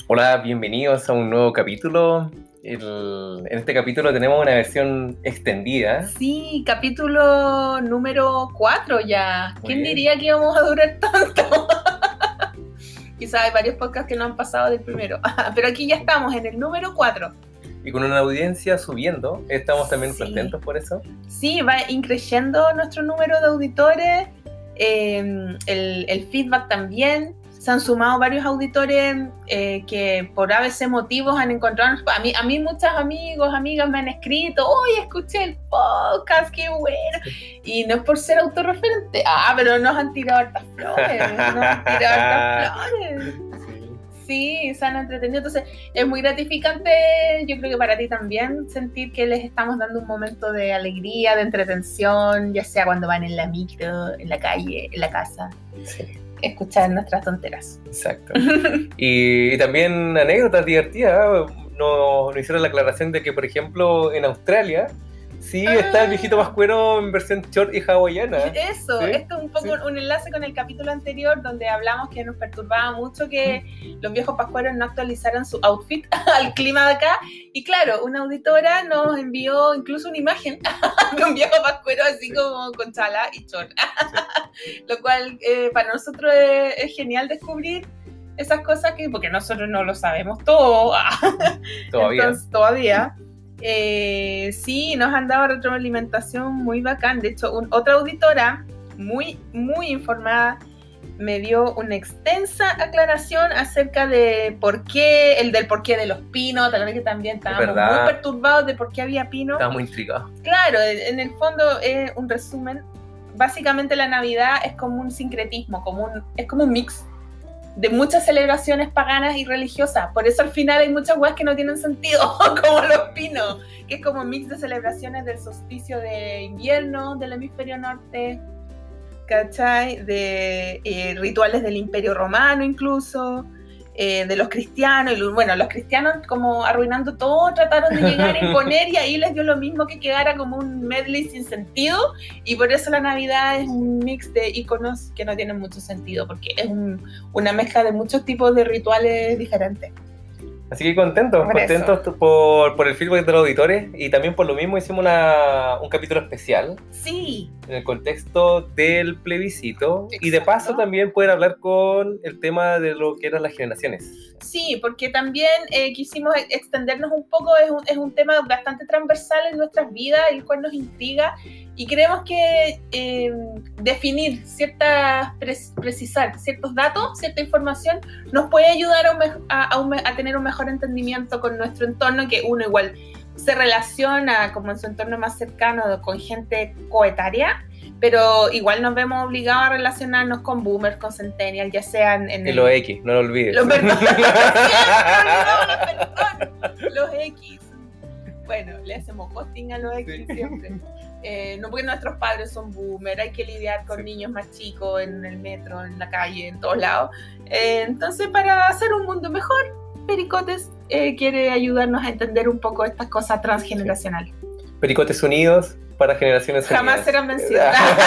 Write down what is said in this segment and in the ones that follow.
Hola, bienvenidos a un nuevo capítulo. En este capítulo tenemos una versión extendida. Sí, capítulo número 4 ya. Muy ¿Quién bien. diría que íbamos a durar tanto? Quizás hay varios podcasts que no han pasado del primero, pero aquí ya estamos en el número 4. Y con una audiencia subiendo, estamos también Sí. contentos por eso. Sí, va increciendo nuestro número de auditores, el feedback también. Se han sumado varios auditores que por ABC motivos han encontrado. A mí muchos amigos, amigas me han escrito: oye, escuché el podcast, qué bueno. Sí. Y no es por ser autorreferente, pero nos han tirado hartas flores. Sí, se han entretenido. Entonces es muy gratificante, yo creo que para ti también, sentir que les estamos dando un momento de alegría, de entretención, ya sea cuando van en la micro, en la calle, en la casa. Sí. Escuchar nuestras tonteras. Exacto. y también anécdotas divertidas. Nos hicieron la aclaración de que, por ejemplo, en Australia sí está el viejito pascuero en versión short y hawaiana. Eso, ¿Sí? Esto es un poco un enlace con el capítulo anterior donde hablamos que nos perturbaba mucho que los viejos pascueros no actualizaran su outfit al clima de acá. Y claro, una auditora nos envió incluso una imagen de un viejo pascuero así como con chala y short. Lo cual para nosotros es genial descubrir esas cosas porque nosotros no lo sabemos todo. Todavía. Entonces, todavía. Sí, nos han dado retroalimentación muy bacán. De hecho, otra auditora muy informada me dio una extensa aclaración acerca de del porqué de los pinos. Tal vez que también estábamos muy perturbados de por qué había pinos. Estábamos intrigados. Claro, en el fondo es un resumen. Básicamente la Navidad es como un sincretismo, es como un mix de muchas celebraciones paganas y religiosas. Por eso al final hay muchas weas que no tienen sentido, como los pinos, que es como un mix de celebraciones del solsticio de invierno del hemisferio norte, ¿cachai? De rituales del Imperio Romano incluso, de los cristianos. Y bueno, los cristianos, como arruinando todo, trataron de llegar a imponer, y ahí les dio lo mismo que quedara como un medley sin sentido. Y por eso la Navidad es un mix de iconos que no tienen mucho sentido, porque es una mezcla de muchos tipos de rituales diferentes. Así que contentos por el feedback de los auditores, y también por lo mismo hicimos un capítulo especial. Sí. En el contexto del plebiscito. Exacto. Y de paso también pueden hablar con el tema de lo que eran las generaciones. Sí, porque también quisimos extendernos un poco. Es un tema bastante transversal en nuestras vidas, el cual nos intriga, y creemos que definir precisar ciertos datos, cierta información, nos puede ayudar a tener un mejor entendimiento con nuestro entorno, que uno igual se relaciona como en su entorno más cercano con gente coetaria, pero igual nos vemos obligados a relacionarnos con boomers, con centennials, ya sean en los X, no lo olvides. Los X. Bueno, le hacemos hosting a los X siempre. No, porque nuestros padres son boomers, hay que lidiar con niños más chicos en el metro, en la calle, en todos lados. Entonces, para hacer un mundo mejor, Pericotes quiere ayudarnos a entender un poco estas cosas transgeneracionales. Pericotes unidos para generaciones jamás unidas. Serán vencidos.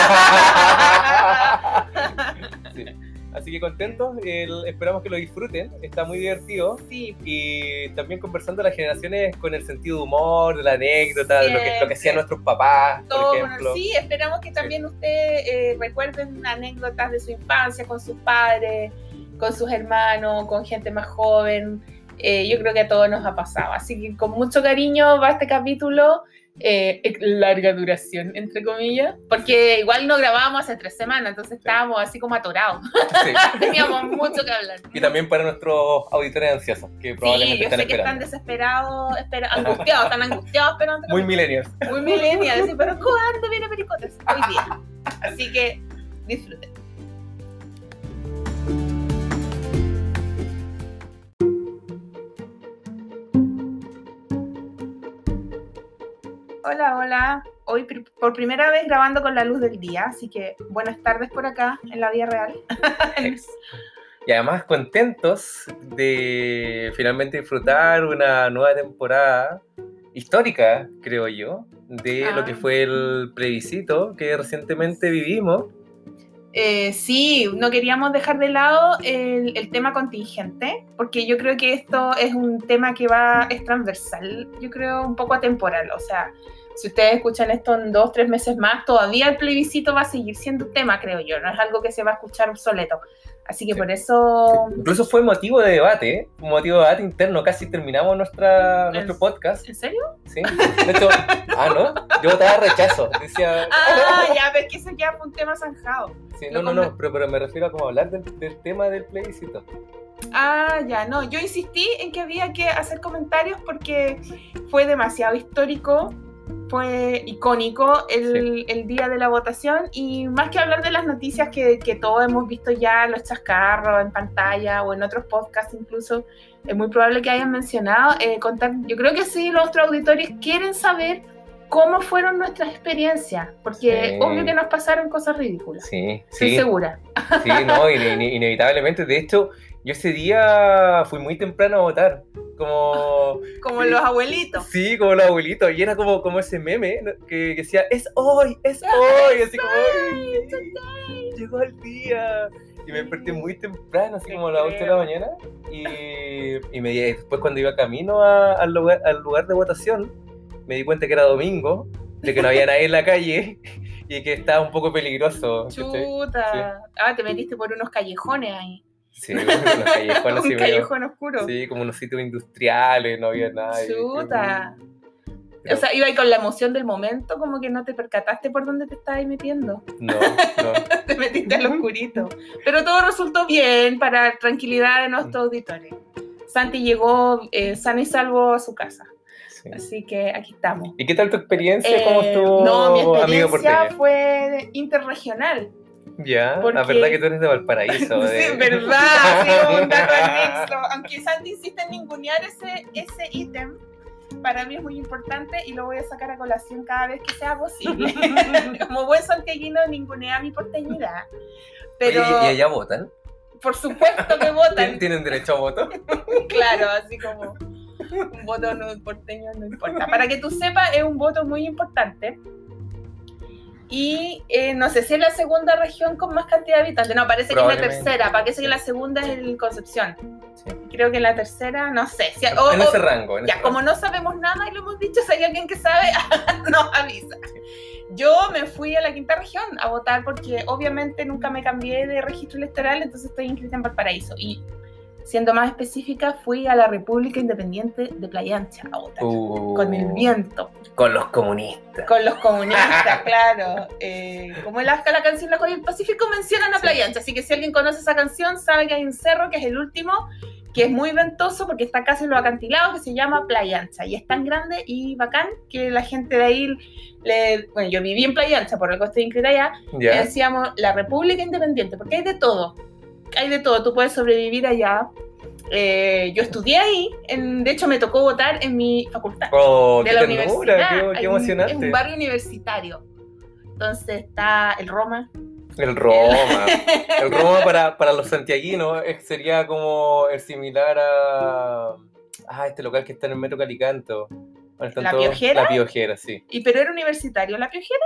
Sí. Así que contentos, esperamos que lo disfruten, está muy divertido. Sí. Y también conversando las generaciones con el sentido de humor, de la anécdota, de lo que hacían nuestros papás, por ejemplo. Sí, esperamos que también ustedes recuerden anécdotas de su infancia con sus padres, con sus hermanos, con gente más joven. Yo creo que a todos nos ha pasado. Así que con mucho cariño va este capítulo. Larga duración, entre comillas, porque igual no grabábamos hace 3 semanas, entonces estábamos así como atorados. Sí. Teníamos mucho que hablar. Y también para nuestros auditores ansiosos, que probablemente están esperando. Que están desesperados, están angustiados esperando. Muy millennials. Muy millennials, sí, pero ¿cuándo viene Pericotes? Hoy día. Así que disfruten. Hola. Hoy por primera vez grabando con la luz del día, así que buenas tardes por acá en la vida real. Y además contentos de finalmente disfrutar una nueva temporada histórica, creo yo, de lo que fue el plebiscito que recientemente vivimos. Sí, no queríamos dejar de lado el tema contingente, porque yo creo que esto es un tema que es transversal, yo creo un poco atemporal. O sea, si ustedes escuchan esto en 2-3 meses más, todavía el plebiscito va a seguir siendo un tema, creo yo, no es algo que se va a escuchar obsoleto. Así que por eso... Sí. Incluso fue motivo de debate, un motivo de debate interno. Casi terminamos nuestro podcast. ¿En serio? Sí. De hecho, ¿no? Yo votaba rechazo. Decía... ya, pero es que eso ya fue un tema zanjado. Sí, no, pero me refiero a como hablar del tema del plebiscito. Ya, no. Yo insistí en que había que hacer comentarios porque fue demasiado histórico. Fue icónico el día de la votación, y más que hablar de las noticias que todos hemos visto ya, los chascarros en pantalla o en otros podcasts incluso, es muy probable que hayan mencionado, contar, yo creo que sí, nuestros auditores quieren saber cómo fueron nuestras experiencias, porque obvio que nos pasaron cosas ridículas. Sí, estoy segura. Sí, no, inevitablemente. De hecho, yo ese día fui muy temprano a votar. Como los abuelitos. Sí, como los abuelitos. Y era como ese meme, ¿no? que decía, es hoy. Así como, ¡ay! Llegó el día. Y me desperté muy temprano, así como a las 8 de la mañana. Y después cuando iba camino al lugar de votación, me di cuenta que era domingo, de que no había nadie en la calle y que estaba un poco peligroso. Chuta. Sí. Te metiste por unos callejones ahí. Sí, unos callejones. Un callejón oscuro. Sí, como unos sitios industriales, no había nada. Chuta. O sea, iba ahí con la emoción del momento, como que no te percataste por dónde te estabas metiendo. No. Te metiste al oscurito. Pero todo resultó bien, para tranquilidad de nuestros auditores. Santi llegó sano y salvo a su casa. Sí. Así que aquí estamos. ¿Y qué tal tu experiencia? ¿Cómo estuvo? No, mi experiencia fue interregional. Ya, la verdad que tú eres de Valparaíso. Sí, verdad, sí, un dato anexo. Aunque Santi insiste en ningunear ese ítem, para mí es muy importante y lo voy a sacar a colación cada vez que sea posible. Como buen santiaguino ningunea mi porteñidad. Pero... Oye, ¿y allá votan? Por supuesto que votan. ¿Tienen derecho a voto? Claro, así como un voto porteño no importa. Para que tú sepas, es un voto muy importante. Y no sé si es la segunda región con más cantidad de habitantes. No, parece que es la tercera. Parece que la segunda es el Concepción. Sí. Creo que la tercera, no sé. Si, en ese rango. Como no sabemos nada y lo hemos dicho, si hay alguien que sabe, nos avisa. Yo me fui a la quinta región a votar porque obviamente nunca me cambié de registro electoral, entonces estoy inscrita en Valparaíso. Y siendo más específica, fui a la República Independiente de Playa Ancha a votar. Con el viento. Con los comunistas. Con los comunistas, claro. Como la canción La Joya del Pacífico mencionan a Playa Ancha, así que si alguien conoce esa canción, sabe que hay un cerro que es el último, que es muy ventoso porque está casi en los acantilados, que se llama Playa Ancha. Y es tan grande y bacán que la gente de ahí... Bueno, yo viví en Playa Ancha, por lo que estoy inscrita allá, decíamos la República Independiente, porque hay de todo. Hay de todo, tú puedes sobrevivir allá. Yo estudié ahí, de hecho me tocó votar en mi facultad de la universidad. Qué emocionante. Es un barrio universitario. Entonces está el Roma. El Roma para los santiaguinos sería como el similar a este local que está en el metro Calicanto. ¿La Piojera? La Piojera, sí. ¿Pero era universitario la Piojera?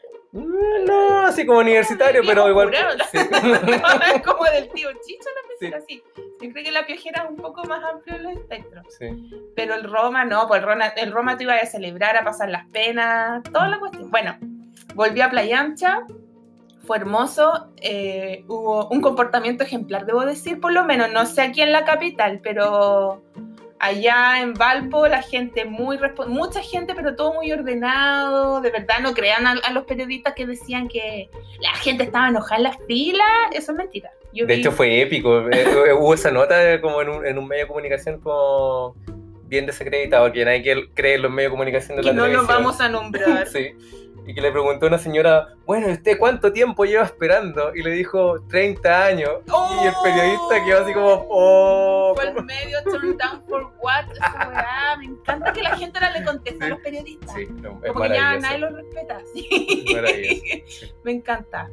No, así como universitario, pero igual. Sí. Como del tío Chicho la Piojera, sí. Yo creo que la Piojera es un poco más amplio en los espectros. Sí. Pero el Roma no, pues el Roma te iba a celebrar, a pasar las penas, toda la cuestión. Bueno, volví a Playa Ancha, fue hermoso, hubo un comportamiento ejemplar, debo decir, por lo menos, no sé aquí en la capital, pero... Allá en Valpo la gente mucha gente, pero todo muy ordenado. De verdad, no crean a los periodistas que decían que la gente estaba enojada en las filas. Eso es mentira. De hecho fue épico. Hubo esa nota como en un medio de comunicación como bien desacreditado, que nadie cree en los medios de comunicación de la televisión. Que no los vamos a nombrar. Sí. Y que le preguntó a una señora, bueno, ¿y usted cuánto tiempo lleva esperando? Y le dijo, 30 años. ¡Oh! Y el periodista quedó así como, Fue el medio turn down for what? Esa weá, me encanta que la gente ahora le conteste a los periodistas. Sí, como que ya nadie los respeta. Sí. Maravilloso. Sí. Me encanta.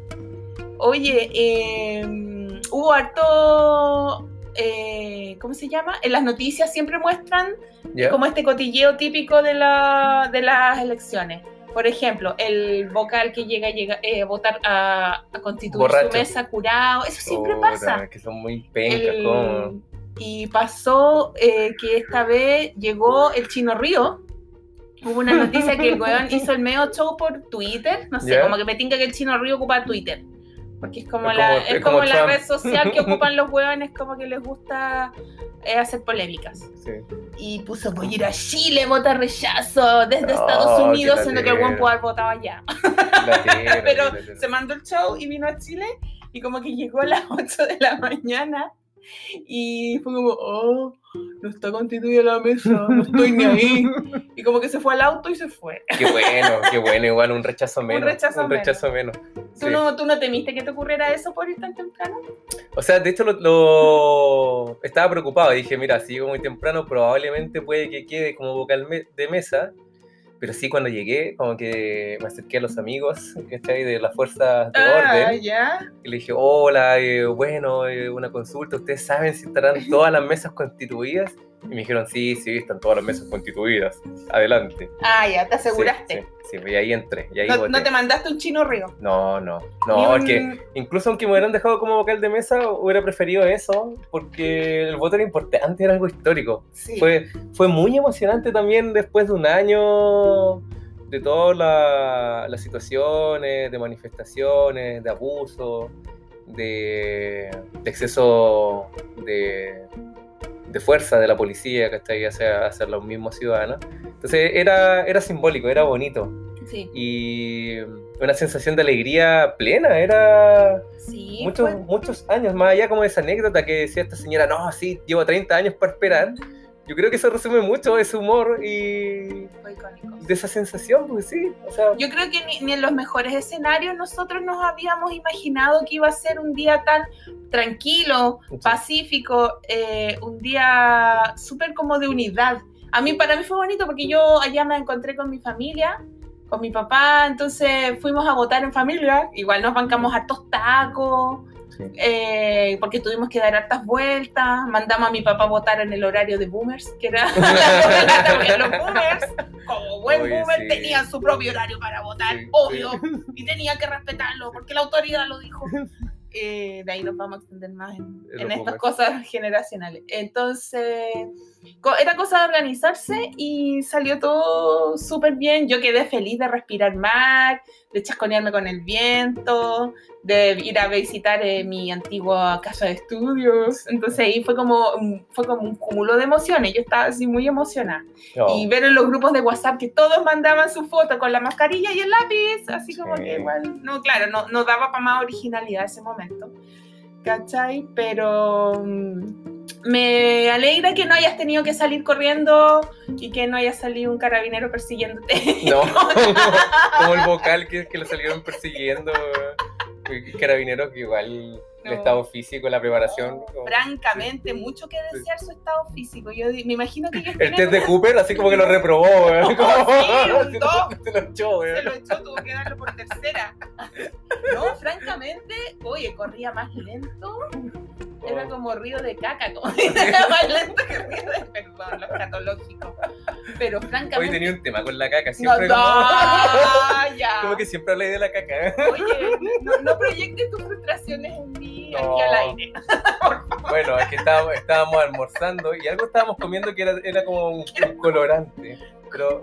Oye, hubo harto... ¿cómo se llama? En las noticias siempre muestran como este cotilleo típico de las elecciones. Por ejemplo, el vocal que llega a votar a constituir Borracho. su mesa curado, eso siempre pasa. Que son muy pencas, como... Y pasó que esta vez llegó el Chino Río. Hubo una noticia que el weón hizo el medio show por Twitter. No sé, ¿Ya? como que me tinca que el Chino Río ocupa Twitter. Porque es como, Es como como la Trump. red social que ocupan los weones, como que les gusta hacer polémicas. Sí. Y puso, voy a ir a Chile, vota rechazo desde Estados Oh, Unidos, qué siendo que el weón latero. puede haber votado allá. Latero, Pero latero. se mandó el show y vino a Chile y como que llegó a las 8 de la mañana y fue como, oh, no está constituida la mesa, no estoy ni ahí. Y como que se fue al auto y se fue. Qué bueno, igual un rechazo menos. rechazo menos. ¿Tú, Sí. ¿Tú no temiste que te ocurriera eso por ir tan temprano? O sea, de hecho lo estaba preocupado. Dije, mira, si llego muy temprano, probablemente puede que quede como vocal de mesa. Pero sí, cuando llegué, como que me acerqué a los amigos, ¿cachai? De las fuerzas de orden. Ya. Y le dije, hola, una consulta. ¿Ustedes saben si estarán todas las mesas constituidas? Y me dijeron, sí, están todas las mesas constituidas. Adelante. Ya, te aseguraste. Sí, y ahí entré. Y ahí No, voté. no te mandaste un Chino Río. No, Ni un- porque incluso aunque me hubieran dejado como vocal de mesa, hubiera preferido eso, porque el voto era importante, era algo histórico. Sí. Fue muy emocionante también después de un año de todas las situaciones, de manifestaciones, de abuso, de exceso de fuerza de la policía, que está ahí hacia los mismos ciudadanos. Entonces era simbólico, era bonito. Sí. Y una sensación de alegría plena, era Sí, muchos años, más allá como de esa anécdota que decía esta señora, no, sí, llevo 30 años para esperar. Yo creo que eso resume mucho ese humor y fue icónico. de esa sensación, pues sí, o sea... Yo creo que ni en los mejores escenarios nosotros nos habíamos imaginado que iba a ser un día tan tranquilo, Sí. pacífico, un día súper como de unidad. Para mí fue bonito porque yo allá me encontré con mi familia, con mi papá, entonces fuimos a votar en familia, igual nos bancamos hartos tacos, Sí. porque tuvimos que dar hartas vueltas, mandamos a mi papá a votar en el horario de boomers, que era la tarde de los boomers, como buen Oye, boomer sí. tenía su propio horario para votar, Sí, obvio, y tenía que respetarlo, porque la autoridad lo dijo. De ahí nos vamos a extender más en los estas boomers. cosas generacionales. Entonces, era cosa de organizarse y salió todo súper bien. Yo quedé feliz de respirar mar, de chasconearme con el viento, de ir a visitar mi antigua casa de estudios. Entonces ahí fue como un cúmulo de emociones. Yo estaba así muy emocionada. No. Y ver en los grupos de WhatsApp que todos mandaban su foto con la mascarilla y el lápiz, así como Sí. que igual, no daba para más originalidad ese momento, ¿cachai? Pero me alegra que no hayas tenido que salir corriendo y que no haya salido un carabinero persiguiéndote. No, como el vocal que lo salieron persiguiendo, carabineros que igual el estado físico, la preparación. como- Francamente, mucho que desear su estado físico. Yo me imagino que ellos El test de Cooper, así como que lo reprobó, weón. Sí, un Se dos. se lo echó, se weón. lo echó, tuvo que darlo por tercera. No, francamente, oye, corría más lento. Era como río de caca, como era más lento que río de... Perdón, lo escatológico. Pero Hoy francamente... tenía un tema con la caca, No, siempre ya. como que siempre hablé de la caca. Oye, no proyectes tus frustraciones en mí No. aquí al aire. Bueno, es que estábamos almorzando y algo estábamos comiendo que era como un colorante. Pero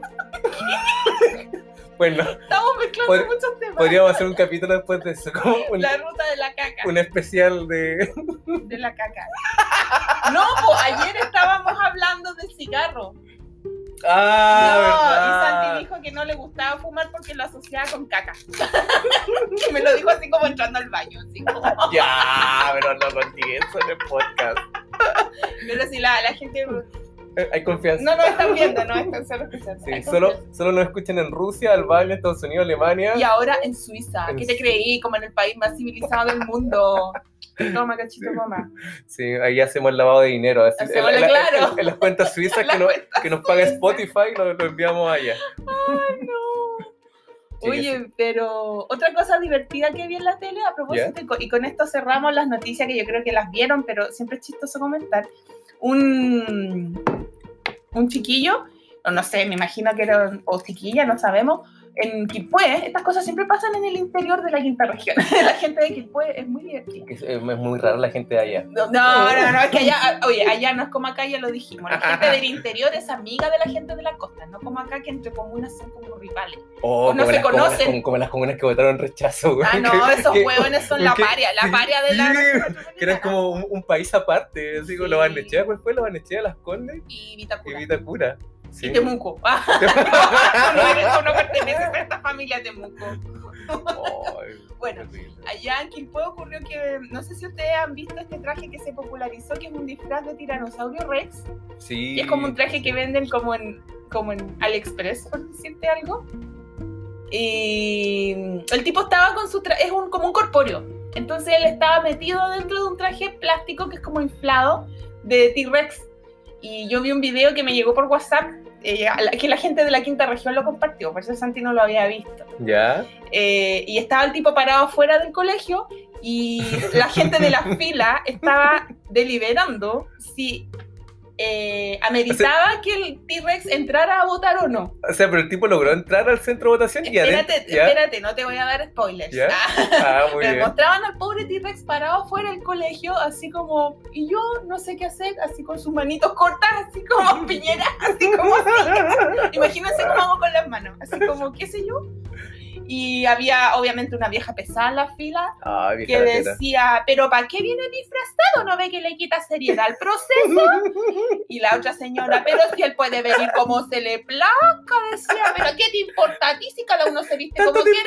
bueno, Estamos mezclando Pod- muchos temas. podríamos hacer un capítulo después de eso, como La ruta de la caca. un especial de... De la caca. No, pues ayer estábamos hablando del cigarro. Ah, No, verdad. y Santi dijo que no le gustaba fumar porque lo asociaba con caca. Y me lo dijo así como entrando al baño. Así como... Ya, pero no contigo eso en el podcast. Pero si la gente Hay confianza. no nos están viendo, no están solo escuchando. Sí, Hay solo confianza. nos escuchan en Rusia, Albania, Estados Unidos, Alemania. Y ahora en Suiza. En ¿Qué te creí? Como en el país más civilizado del mundo. Toma, cachito, mamá. Sí, ahí hacemos el lavado de dinero. Así, Hacemos claro. en las cuentas suizas Las que nos paga Spotify, lo enviamos allá. Ay, no. Sí, Oye, pero otra cosa divertida que vi en la tele, a propósito, y con esto cerramos las noticias que yo creo que las vieron, pero siempre es chistoso comentar. Un chiquillo, o no sé, me imagino que era, o chiquilla, no sabemos, en Quilpué, estas cosas siempre pasan en el interior de la quinta región. La gente de Quilpué es muy divertida. Es muy rara la gente de allá. No, es que allá, oye, allá no es como acá, ya lo dijimos. La gente del interior es amiga de la gente de la costa, no como acá que entre comunas son como rivales. O no se conocen. Como las comunas que votaron rechazo, güey. Ah, no, esos huevones son la paria de la... Que eran como un país aparte, así como Lo Barnechea, ¿cuál fue? Lo Barnechea, Las Condes y Vitacura. Sí. Y Temuco. No pertenece a esta familia Temuco. Bueno, allá en Quilpué ocurrió que, no sé si ustedes han visto este traje que se popularizó, que es un disfraz de tiranosaurio Rex. Sí. Y es como un traje que venden como en AliExpress, por decirte algo. Y el tipo estaba con su traje, como un corpóreo. Entonces él estaba metido dentro de un traje plástico que es como inflado de T-Rex. Y yo vi un video que me llegó por WhatsApp, que la gente de la quinta región lo compartió, por eso Santi no lo había visto. ¿Ya? Y estaba el tipo parado afuera del colegio y la gente de la fila estaba deliberando si ameritaba que el T-Rex entrara a votar o no. O sea, pero el tipo logró entrar al centro de votación y Espérate, no te voy a dar spoilers. Muy bien. Mostraban al pobre T-Rex parado afuera del colegio, así como, y yo no sé qué hacer, así con sus manitos cortas, así como Piñera, así como así. Imagínense cómo hago con las manos, así como, qué sé yo. Y había obviamente una vieja pesada en la fila que decía, pero ¿para qué viene disfrazado? ¿No ve que le quita seriedad al proceso? Y la otra señora, pero si él puede venir como se le plazca, decía, pero ¿qué te importa a ti si cada uno se viste como quiere?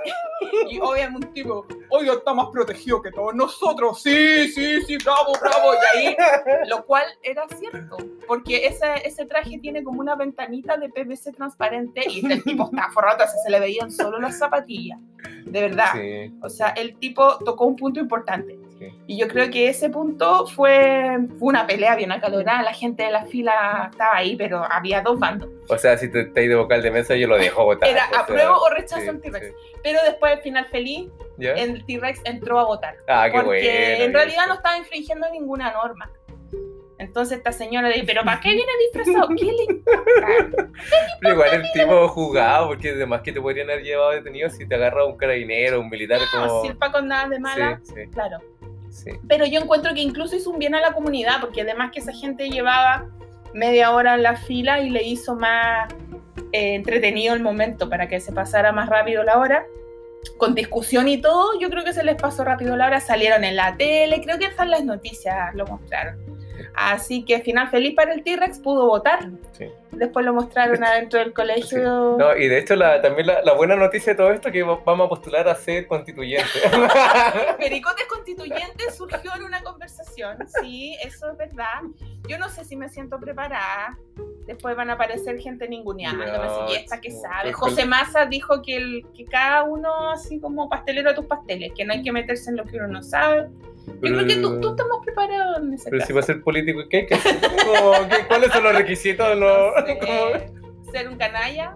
Y obviamente un tipo, oiga, está más protegido que todos nosotros, sí, bravo, y ahí, lo cual era cierto, porque ese traje tiene como una ventanita de PVC transparente y el tipo está forrado, se le veían solo las zapatillas, de verdad. Sí. O sea, el tipo tocó un punto importante. Sí. Y yo creo que ese punto fue una pelea bien acalorada. La gente de la fila estaba ahí, pero había dos bandos. O sea, si te estáis de vocal de mesa, yo lo dejo votar. Era apruebo o rechazo al T-Rex. Sí. Pero después, al final feliz, el T-Rex entró a votar. Ah, qué bueno. Porque en realidad no estaba infringiendo ninguna norma. Entonces esta señora dice, ¿pero para qué viene disfrazado? ¿Qué le importa? Pero igual el tipo jugado, porque además que te podrían haber llevado detenido si te agarra un carabinero, un militar. No, como... si el Paco nada de mala, sí. Claro. Sí. Pero yo encuentro que incluso hizo un bien a la comunidad, porque además que esa gente llevaba media hora en la fila y le hizo más entretenido el momento para que se pasara más rápido la hora. Con discusión y todo, yo creo que se les pasó rápido la hora, salieron en la tele, creo que hasta en las noticias lo mostraron. Así que final feliz para el T-Rex, pudo votar. Sí. Después lo mostraron adentro del colegio. Sí. No, y de hecho también la buena noticia de todo esto es que vamos a postular a ser constituyente. Pericotes constituyentes surgió en una conversación, sí, eso es verdad. Yo no sé si me siento preparada. Después van a aparecer gente ninguneando, y esta que sabe. José Massa dijo que cada uno así como pastelero a tus pasteles, que no hay que meterse en lo que uno no sabe. Yo creo que tú estás más preparado en ese caso. Pero si va a ser político, ¿qué hay que hacer? ¿Cuáles son los requisitos? No sé, ser un canalla.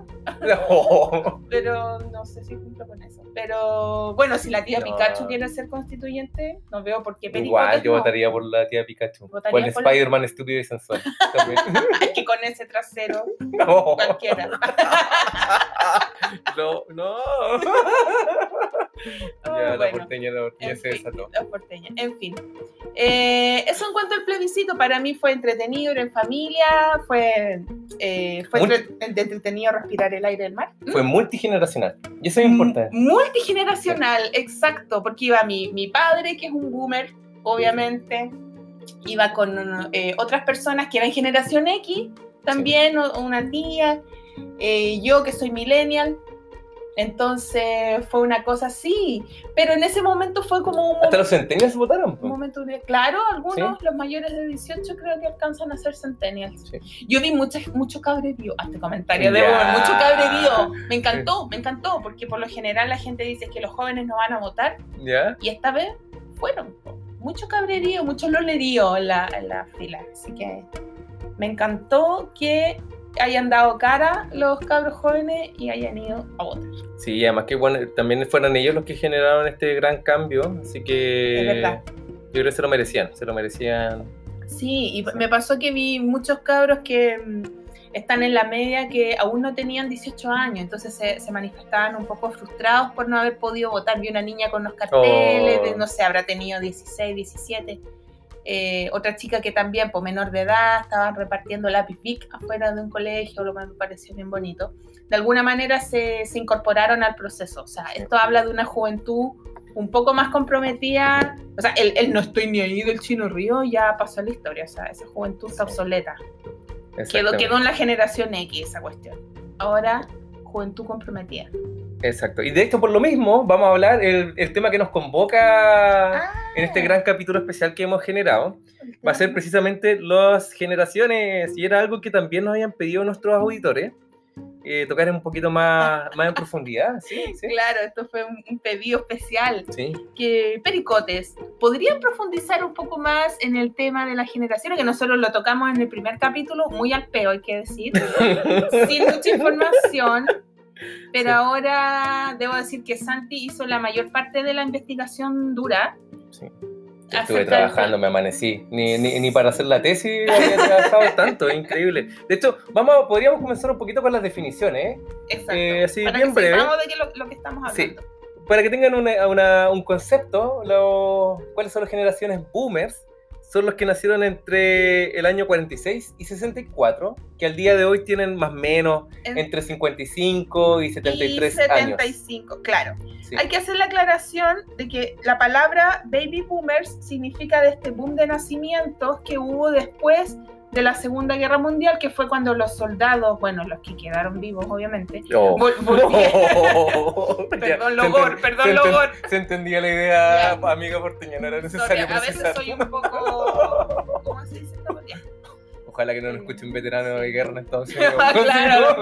No. Pero no sé si cumplo con eso. Pero bueno, si la tía Pikachu quiere ser constituyente, no veo por qué Pericotes. Igual, yo votaría por la tía Pikachu. Por el Spider-Man estúpido y sensual. Es que con ese trasero, cualquiera. No. Ya, la porteña se desató. La porteña, en fin. Eso en cuanto al plebiscito, para mí fue entretenido, era en familia, fue entretenido respirar el aire del mar. Fue multigeneracional, y eso es importante. Multigeneracional, exacto, porque iba mi padre, que es un boomer, obviamente, iba con otras personas que eran generación X, también, sí. Una tía, yo que soy millennial. Entonces fue una cosa así, pero en ese momento fue como un... ¿Hasta los centennials votaron? Un momento claro, algunos, ¿sí? Los mayores de 18 creo que alcanzan a ser centennials. Sí. Yo vi mucho cabrerío, hasta comentario de mucho cabrerío. Me encantó, porque por lo general la gente dice que los jóvenes no van a votar, y esta vez fueron. Mucho cabrerío, mucho lolerío en la fila, así que me encantó que hayan dado cara los cabros jóvenes y hayan ido a votar. Sí, además que bueno, también fueron ellos los que generaron este gran cambio, así que es verdad. Yo creo que se lo merecían. Sí, y me pasó que vi muchos cabros que están en la media que aún no tenían 18 años, entonces se manifestaban un poco frustrados por no haber podido votar. Vi una niña con unos carteles, no sé, habrá tenido 16, 17. Otra chica que también, por menor de edad, estaban repartiendo lápiz Bic afuera de un colegio, lo que me pareció bien bonito. De alguna manera se incorporaron al proceso. O sea, esto habla de una juventud un poco más comprometida. O sea, el no estoy ni ahí del Chino Río ya pasó a la historia. O sea, esa juventud está obsoleta. Quedó en la generación X esa cuestión. Ahora, juventud comprometida. Exacto. Y de esto, por lo mismo, vamos a hablar el tema que nos convoca en este gran capítulo especial que hemos generado. Va a ser precisamente las generaciones, y era algo que también nos habían pedido nuestros auditores, tocar un poquito más en profundidad. Sí. Claro, esto fue un pedido especial. Sí. Que Pericotes, ¿podrían profundizar un poco más en el tema de las generaciones? Que nosotros lo tocamos en el primer capítulo, muy al peo, hay que decir, sin mucha información. Pero ahora debo decir que Santi hizo la mayor parte de la investigación dura. Sí. Estuve trabajando, me amanecí. Ni para hacer la tesis había trabajado tanto, es increíble. De hecho, podríamos comenzar un poquito con las definiciones. Exacto. Así para bien que breve. sepamos de lo que estamos hablando. Sí. Para que tengan un concepto, ¿cuáles son las generaciones boomers? Son los que nacieron entre el año 46 y 64, que al día de hoy tienen más o menos entre 55 y 73 años. 75, claro. Sí. Hay que hacer la aclaración de que la palabra baby boomers significa de este boom de nacimientos que hubo después de la Segunda Guerra Mundial, que fue cuando los soldados, bueno, los que quedaron vivos, obviamente, Perdón, Logor. Se entendía la idea, amiga porteña, no era necesario precisar. A veces soy un poco... ¿Cómo se dice esta cosa? Ojalá que no nos escuche un veterano de guerra en Estados Unidos. Claro,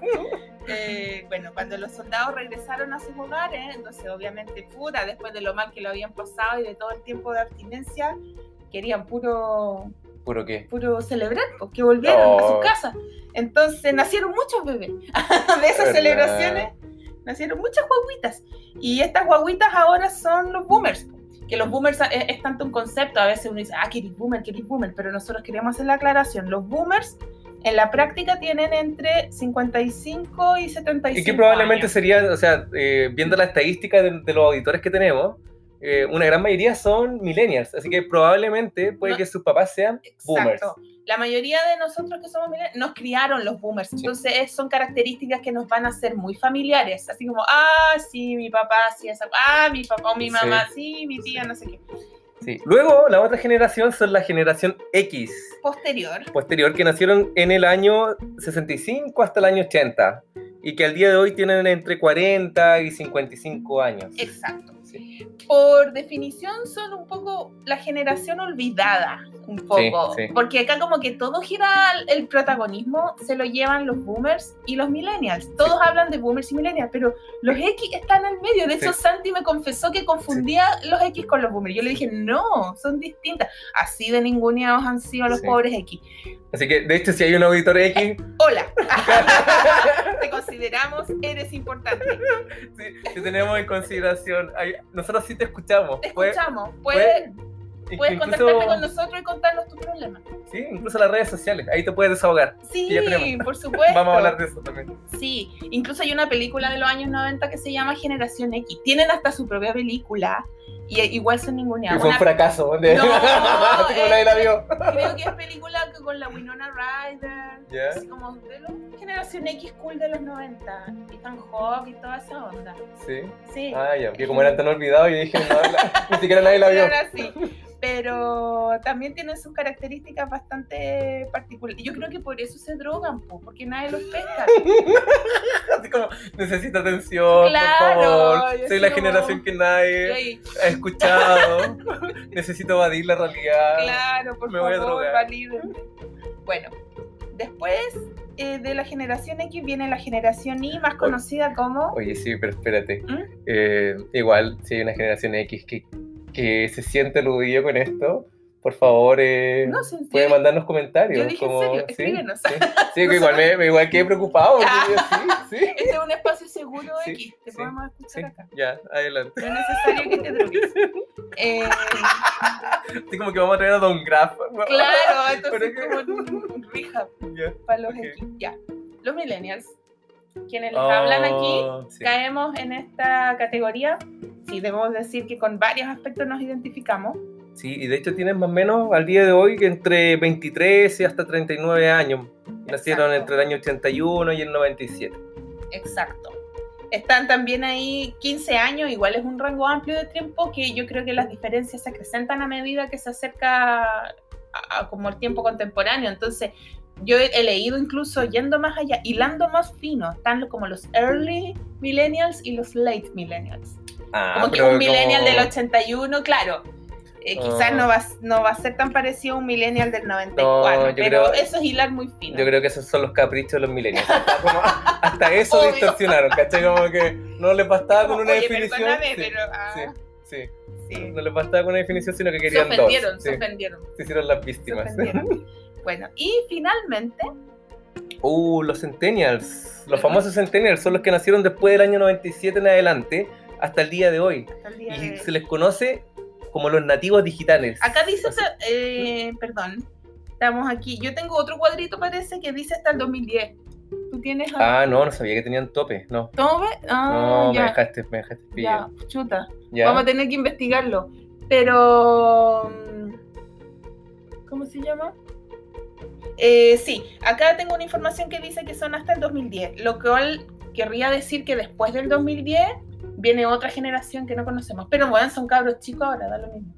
bueno, cuando los soldados regresaron a sus hogares, entonces obviamente después de lo mal que lo habían pasado y de todo el tiempo de abstinencia, querían ¿Puro qué? Puro celebrar, porque volvieron a sus casas. Entonces nacieron muchos bebés. De esas celebraciones nacieron muchas guaguitas. Y estas guaguitas ahora son los boomers. Que los boomers es tanto un concepto. A veces uno dice, que eres boomer. Pero nosotros queremos hacer la aclaración. Los boomers en la práctica tienen entre 55 y 75 y que probablemente años. Sería, o sea, viendo la estadística de los auditores que tenemos, una gran mayoría son millennials, así que probablemente puede que sus papás sean boomers. Exacto. La mayoría de nosotros que somos millennials nos criaron los boomers, entonces son características que nos van a ser muy familiares, así como, sí, mi papá hacía esa, mi papá o mi mamá, sí, mi tía, no sé qué. Sí. Luego, la otra generación son la generación X. Posterior, que nacieron en el año 65 hasta el año 80 y que al día de hoy tienen entre 40 y 55 años. Exacto. Sí. Por definición son un poco la generación olvidada, un poco, porque acá como que todo gira, el protagonismo se lo llevan los boomers y los millennials. Todos hablan de boomers y millennials, pero los X están al medio. De hecho, Santi me confesó que confundía los X con los boomers. Yo le dije, no, son distintas. Así de ninguneados han sido los pobres X. Así que, de hecho, si hay un auditor X... ¡Hola! Te consideramos, eres importante. Sí, te tenemos en consideración. Nosotros sí te escuchamos. Te escuchamos. Puedes contactarte con nosotros y contarnos tus problemas. Sí, incluso las redes sociales. Ahí te puedes desahogar. Sí, por supuesto. Vamos a hablar de eso también. Sí, incluso hay una película de los años 90 que se llama Generación X. Tienen hasta su propia película. Y igual son ninguneados. Y fue un fracaso. No, nadie la vio. Creo que es película con la Winona Ryder. Así como de la generación X cool de los 90. Ethan Hawke y toda esa onda. Sí. Ya. Que como eran tan olvidados, yo dije, ni siquiera nadie la vio. Ahora sí. Pero también tienen sus características bastante particulares. Yo creo que por eso se drogan, porque nadie los pesca. Así como, necesito atención, por favor. Soy la generación que nadie ha escuchado. Necesito evadir la realidad. Claro, por favor, valídenme. Bueno, después de la generación X viene la generación Y, más conocida como... Oye, sí, pero espérate. Igual, si hay una generación X que se siente aludido con esto, por favor, puede mandarnos comentarios. Yo dije en serio, escríbenos. Sí, que igual quedé preocupado. Porque Este es un espacio seguro X, te podemos escuchar acá. Ya, adelante. No es necesario que te drogues. Así como que vamos a traer a Don Graff. Claro, entonces Pero es como un rehab Ya. para los Ok. X. Ya. Los millennials, quienes les hablan aquí, Sí. caemos en esta categoría. Sí, debemos decir que con varios aspectos nos identificamos. Sí, y de hecho tienen más o menos al día de hoy que entre 23 y hasta 39 años. Nacieron Exacto. entre el año 81 y el 97. Exacto. Están también ahí 15 años, igual es un rango amplio de tiempo que yo creo que las diferencias se acrecentan a medida que se acerca a como el tiempo contemporáneo. Entonces, yo he leído incluso yendo más allá, hilando más fino, están como los early millennials y los late millennials. Como que un millennial del 81, claro, quizás no va a ser tan parecido a un millennial del 94, No, yo pero creo- eso es hilar muy fino. Yo creo que esos son los caprichos de los millennials. Hasta eso Obvio. distorsionaron, ¿cachai? Como que no les bastaba con una Oye, definición. perdóname, Sí, pero... sí. sí. No les bastaba con una definición, sino que Se querían ofendieron, dos. se Sí, ofendieron. se hicieron las Se víctimas. ofendieron. Bueno, y finalmente, Los centennials. Los famosos centennials son los que nacieron después del año 97 en adelante, hasta el día de hoy. hasta el día Y de... se les conoce como los nativos digitales. Acá dice, Así. perdón, estamos aquí. Yo tengo otro cuadrito, parece, que dice hasta el 2010. ¿Tú tienes algo? No sabía que tenían tope. No, ¿Tome? no, Ya, me dejaste ya, pillado. chuta. ¿Ya? Vamos a tener que investigarlo. Pero... ¿cómo se llama? Sí, acá tengo una información que dice que son hasta el 2010, lo cual querría decir que después del 2010 viene otra generación que no conocemos. Pero bueno, son cabros chicos ahora, da lo mismo.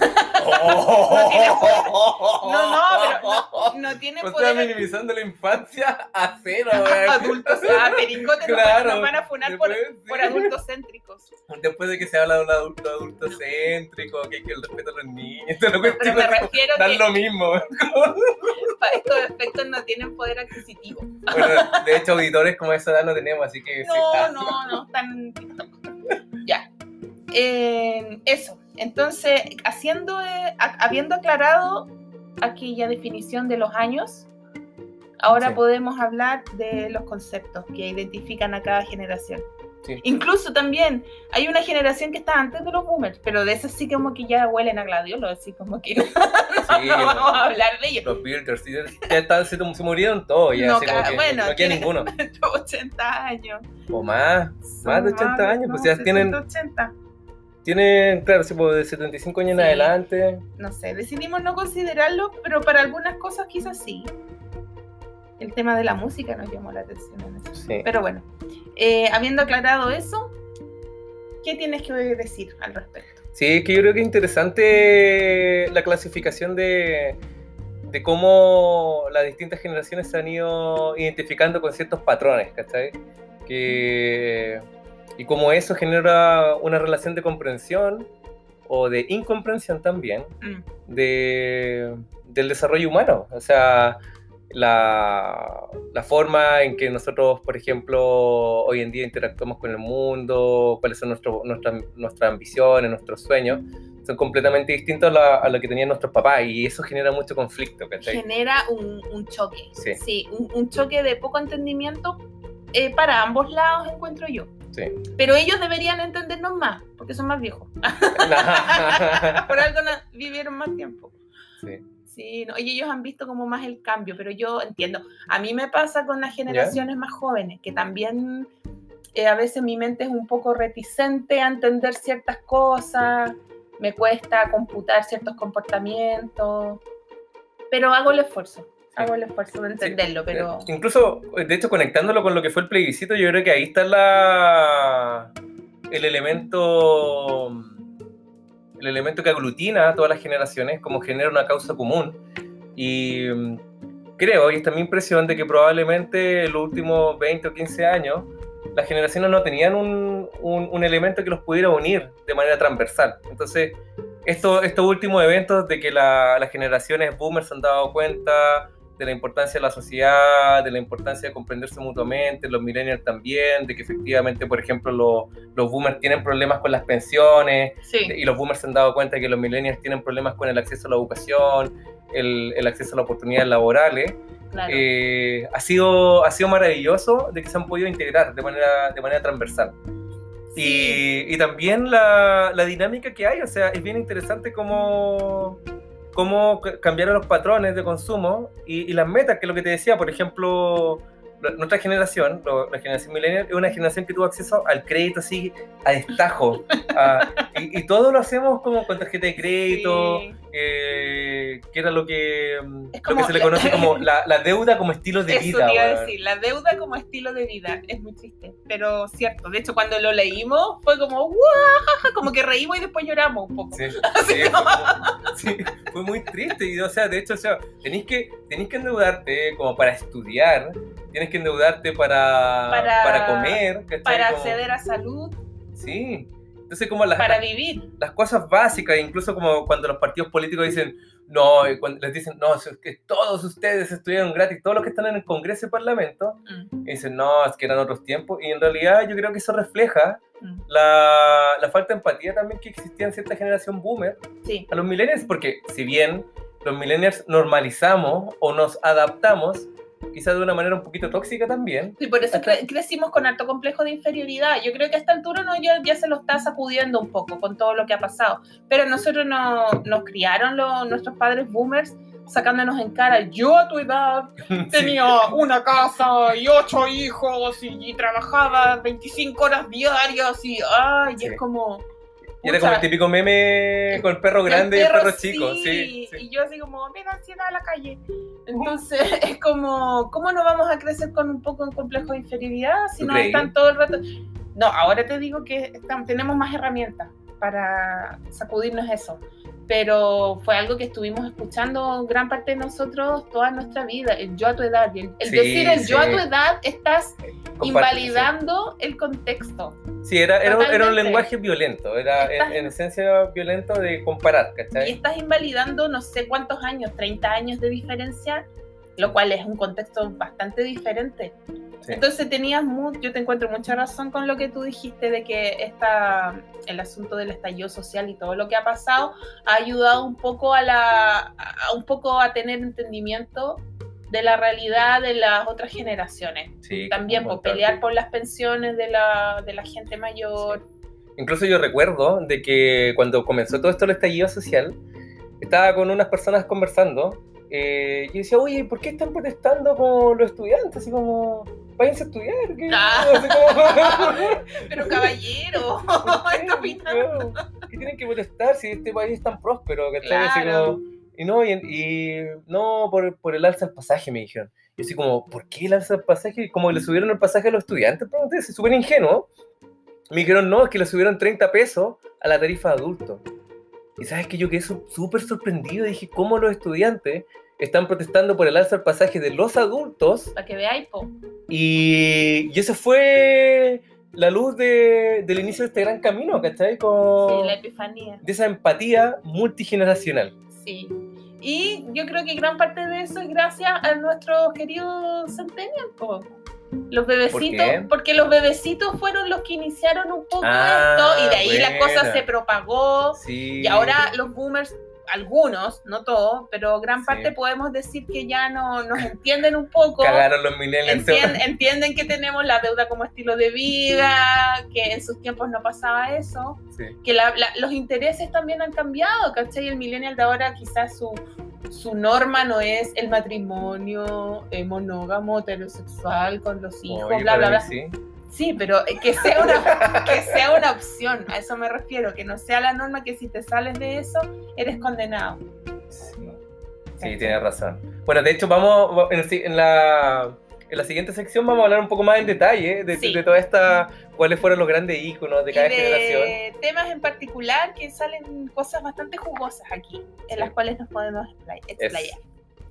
No tiene O sea, poder. minimizando la infancia a cero. Adultos, pericotes, Claro. nos van a funar por Después, adultos céntricos. después de que se habla de un adulto céntrico, que hay que el respeto a los niños, todo lo Pero me refiero dan que lo mismo. para estos efectos no tienen poder adquisitivo. Bueno, de hecho, auditores como esa edad no tenemos, así que sí. No, están en TikTok. Ya. Eso. Entonces, habiendo aclarado aquella definición de los años, ahora Sí. podemos hablar de los conceptos que identifican a cada generación. Sí. Incluso también hay una generación que está antes de los boomers, pero de esas sí como que ya huelen a gladiolo, así como que no Sí, vamos a hablar de ellos. los Builders, sí, se murieron todos ya, No, así como que bueno, no queda tienen- ninguno. 80 años. O más de 80 años, pues ya 80. tienen, claro, sí, pues de 75 años en Sí. adelante. No sé, decidimos no considerarlo, pero para algunas cosas quizás sí. El tema de la música nos llamó la atención en eso. Sí. Pero bueno, habiendo aclarado eso, ¿qué tienes que decir al respecto? Sí, es que yo creo que es interesante la clasificación de cómo las distintas generaciones se han ido identificando con ciertos patrones, ¿cachai? Y cómo eso genera una relación de comprensión o de incomprensión también del desarrollo humano. O sea, la forma en que nosotros, por ejemplo, hoy en día interactuamos con el mundo, cuáles son nuestras ambiciones, nuestros sueños, son completamente distintos a lo que tenían nuestros papás, y eso genera mucho conflicto, ¿cachai? Genera un choque. Sí. Un choque de poco entendimiento para ambos lados, encuentro yo. Sí. Pero ellos deberían entendernos más, porque son más viejos. Por algo vivieron más tiempo. Sí. Sí, no, y ellos han visto como más el cambio, pero yo entiendo. A mí me pasa con las generaciones más jóvenes, que también a veces mi mente es un poco reticente a entender ciertas cosas, me cuesta computar ciertos comportamientos, pero hago el esfuerzo de entenderlo, pero... Incluso, de hecho, conectándolo con lo que fue el plebiscito, yo creo que ahí está el elemento que aglutina a todas las generaciones, como genera una causa común. Y creo, y esta es mi impresión, de que probablemente en los últimos 20 o 15 años las generaciones no tenían un elemento que los pudiera unir de manera transversal. Entonces, estos últimos eventos de que las generaciones boomers se han dado cuenta de la importancia de la sociedad, de la importancia de comprenderse mutuamente, los millennials también, de que efectivamente, por ejemplo, los boomers tienen problemas con las pensiones, Sí. y los boomers se han dado cuenta de que los millennials tienen problemas con el acceso a la educación, el acceso a las oportunidades laborales. Claro. Ha sido maravilloso de que se han podido integrar de manera transversal. Sí. Y también la dinámica que hay, o sea, es bien interesante cómo cómo cambiaron los patrones de consumo y las metas, que es lo que te decía. Por ejemplo, nuestra generación, la generación millennial, es una generación que tuvo acceso al crédito así a destajo. Y todo lo hacemos como con tarjeta de crédito, Sí. que era lo que como se le conoce como la deuda como estilo de Eso vida. te iba a weón. decir, la deuda como estilo de vida. Es muy triste, pero cierto. De hecho, cuando lo leímos fue como, ¡guau! Como que reímos y después lloramos un poco. Sí, sí, fue muy triste. Y, o sea, de hecho, o sea, tenés que endeudarte como para estudiar, tienes que endeudarte para comer, ¿cachai? Para Como- acceder a salud, Sí. Entonces, como para vivir. las cosas básicas, incluso como cuando los partidos políticos dicen, no, y cuando les dicen, no, es que todos ustedes estudiaron gratis, todos los que están en el Congreso y Parlamento, y dicen, no, es que eran otros tiempos. Y en realidad yo creo que eso refleja la falta de empatía también que existía en cierta generación boomer Sí. a los millennials, porque si bien los millennials normalizamos o nos adaptamos, quizás de una manera un poquito tóxica también. Y por eso Hasta- crecimos con alto complejo de inferioridad. Yo creo que a esta altura ya se lo está sacudiendo un poco con todo lo que ha pasado. Pero nosotros nos criaron nuestros padres boomers sacándonos en cara. Yo a tu edad tenía una casa y 8 hijos y trabajaba 25 horas diarias y ay, Sí. es como... Y era como el típico meme con el perro grande y el perro chico. Sí, sí. Y yo así como, me da ansiedad a la calle. Entonces es como, ¿cómo no vamos a crecer con un poco de complejo de inferioridad si ¿Tú no creí? están todo el rato? No, ahora te digo que tenemos más herramientas para sacudirnos eso. Pero fue algo que estuvimos escuchando gran parte de nosotros toda nuestra vida, el yo a tu edad. Y el Sí, decir el yo a sí. tu edad, estás Comparte, invalidando el contexto. Sí, era un Totalmente. lenguaje violento, era Estás- en esencia violento de comparar, Y ¿cachai? estás invalidando no sé cuántos años, 30 años de diferencia, lo cual es un contexto bastante diferente. Sí. Entonces yo te encuentro mucha razón con lo que tú dijiste de que el asunto del estallido social y todo lo que ha pasado ha ayudado un poco a tener entendimiento de la realidad de las otras generaciones. Sí, También un por montón. pelear por las pensiones de la gente mayor. Incluso yo recuerdo de que cuando comenzó todo esto el estallido social, estaba con unas personas conversando y decía, oye, ¿por qué están protestando como los estudiantes? Así como, váyanse a estudiar. ¿Qué? Así como- Pero caballero, está opinando. ¿Qué tienen que protestar si este país es tan próspero? ¿Cachai? Así Claro. como, y no por el alza del pasaje, me dijeron. Y así como, ¿por qué el alza del pasaje? Como le subieron el pasaje a los estudiantes, pregunté, es súper ingenuo. Me dijeron, no, es que le subieron 30 pesos a la tarifa de adulto. Y sabes que yo quedé súper sorprendido. Dije, ¿cómo los estudiantes están protestando por el alza del pasaje de los adultos? Para que veáis, po. Y eso fue la luz del inicio de este gran camino, ¿cachai? Sí, la epifanía. De esa empatía multigeneracional. Sí. Y yo creo que gran parte de eso es gracias a nuestros queridos centennials, po. Los bebecitos, ¿Por qué? porque los bebecitos fueron los que iniciaron un poco Ah, esto y de ahí la cosa buena. se propagó. Sí. Y ahora los boomers, algunos, no todos, pero gran Sí. parte podemos decir que ya no nos entienden un poco. Cagaron los millennials. Entienden que tenemos la deuda como estilo de vida, que en sus tiempos no pasaba eso, Sí. que los intereses también han cambiado, ¿cachai? El millennial de ahora quizás su norma no es el matrimonio monógamo, heterosexual, con los hijos, Oye, bla, bla, para bla. mí sí. Sí, pero que sea una opción, a eso me refiero, que no sea la norma que si te sales de eso, eres condenado. Sí, tienes razón. Bueno, de hecho, en la siguiente sección vamos a hablar un poco más en detalle Sí. de toda esta, cuáles fueron los grandes íconos de cada y de generación. temas en particular que salen cosas bastante jugosas aquí, en las cuales nos podemos explayar.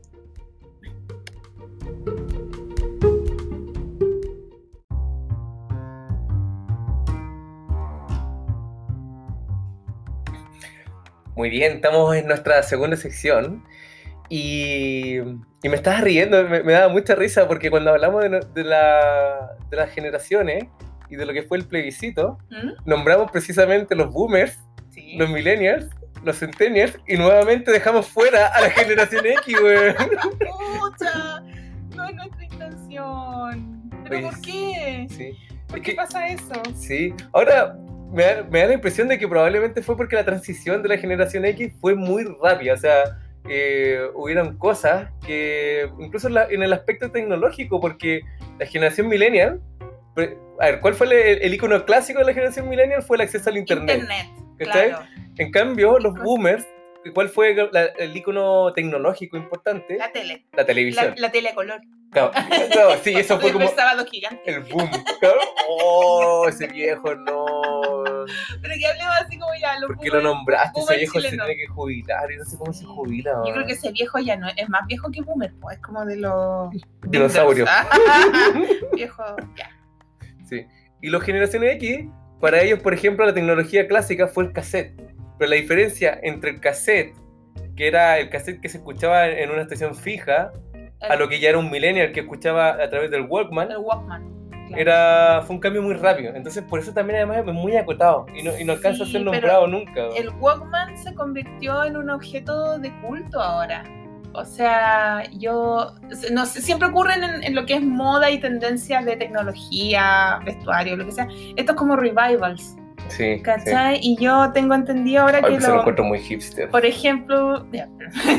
Muy bien, estamos en nuestra segunda sección y me estaba riendo, me daba mucha risa porque cuando hablamos de las generaciones y de lo que fue el plebiscito, ¿Mm? nombramos precisamente los boomers, Sí. los millennials, los centennials y nuevamente dejamos fuera a la generación X, güey. Pucha, no es nuestra intención. ¿Pero Oye, por qué? Sí. ¿Por Es qué que- pasa eso? Sí, ahora me da la impresión de que probablemente fue porque la transición de la generación X fue muy rápida, o sea, hubieron cosas que, incluso en el aspecto tecnológico, porque la generación millennial, a ver, ¿cuál fue el icono clásico de la generación millennial? Fue el acceso al internet. ¿Cachai? Claro. En cambio, los boomers, ¿cuál fue el icono tecnológico importante? La tele. La televisión. La tele a color. Claro, sí, eso fue como sábados gigantes. el boom. Claro. Oh, ese viejo, no. Pero que hablemos así como ya. ¿Por qué lo nombraste? Ese viejo chileno. se tiene que jubilar. Y no sé cómo se jubila. Yo creo que ese viejo ya no es más viejo que boomer, pues es como de los dinosaurios. Viejo, ya. Sí. Y los generaciones X, para ellos, por ejemplo, la tecnología clásica fue el cassette. Pero la diferencia entre el cassette, que era el cassette que se escuchaba en una estación fija, a lo que ya era un millennial que escuchaba a través del Walkman. El Walkman. Claro. Fue un cambio muy rápido. Entonces, por eso también además es muy acotado. Y no alcanza a ser nombrado nunca. El Walkman se convirtió en un objeto de culto ahora. O sea, yo no sé, siempre ocurren en lo que es moda y tendencias de tecnología, vestuario, lo que sea. Esto es como revivals. Sí. ¿Cachai? Sí. Y yo tengo entendido ahora que se lo encuentro muy hipster. Por ejemplo, ya,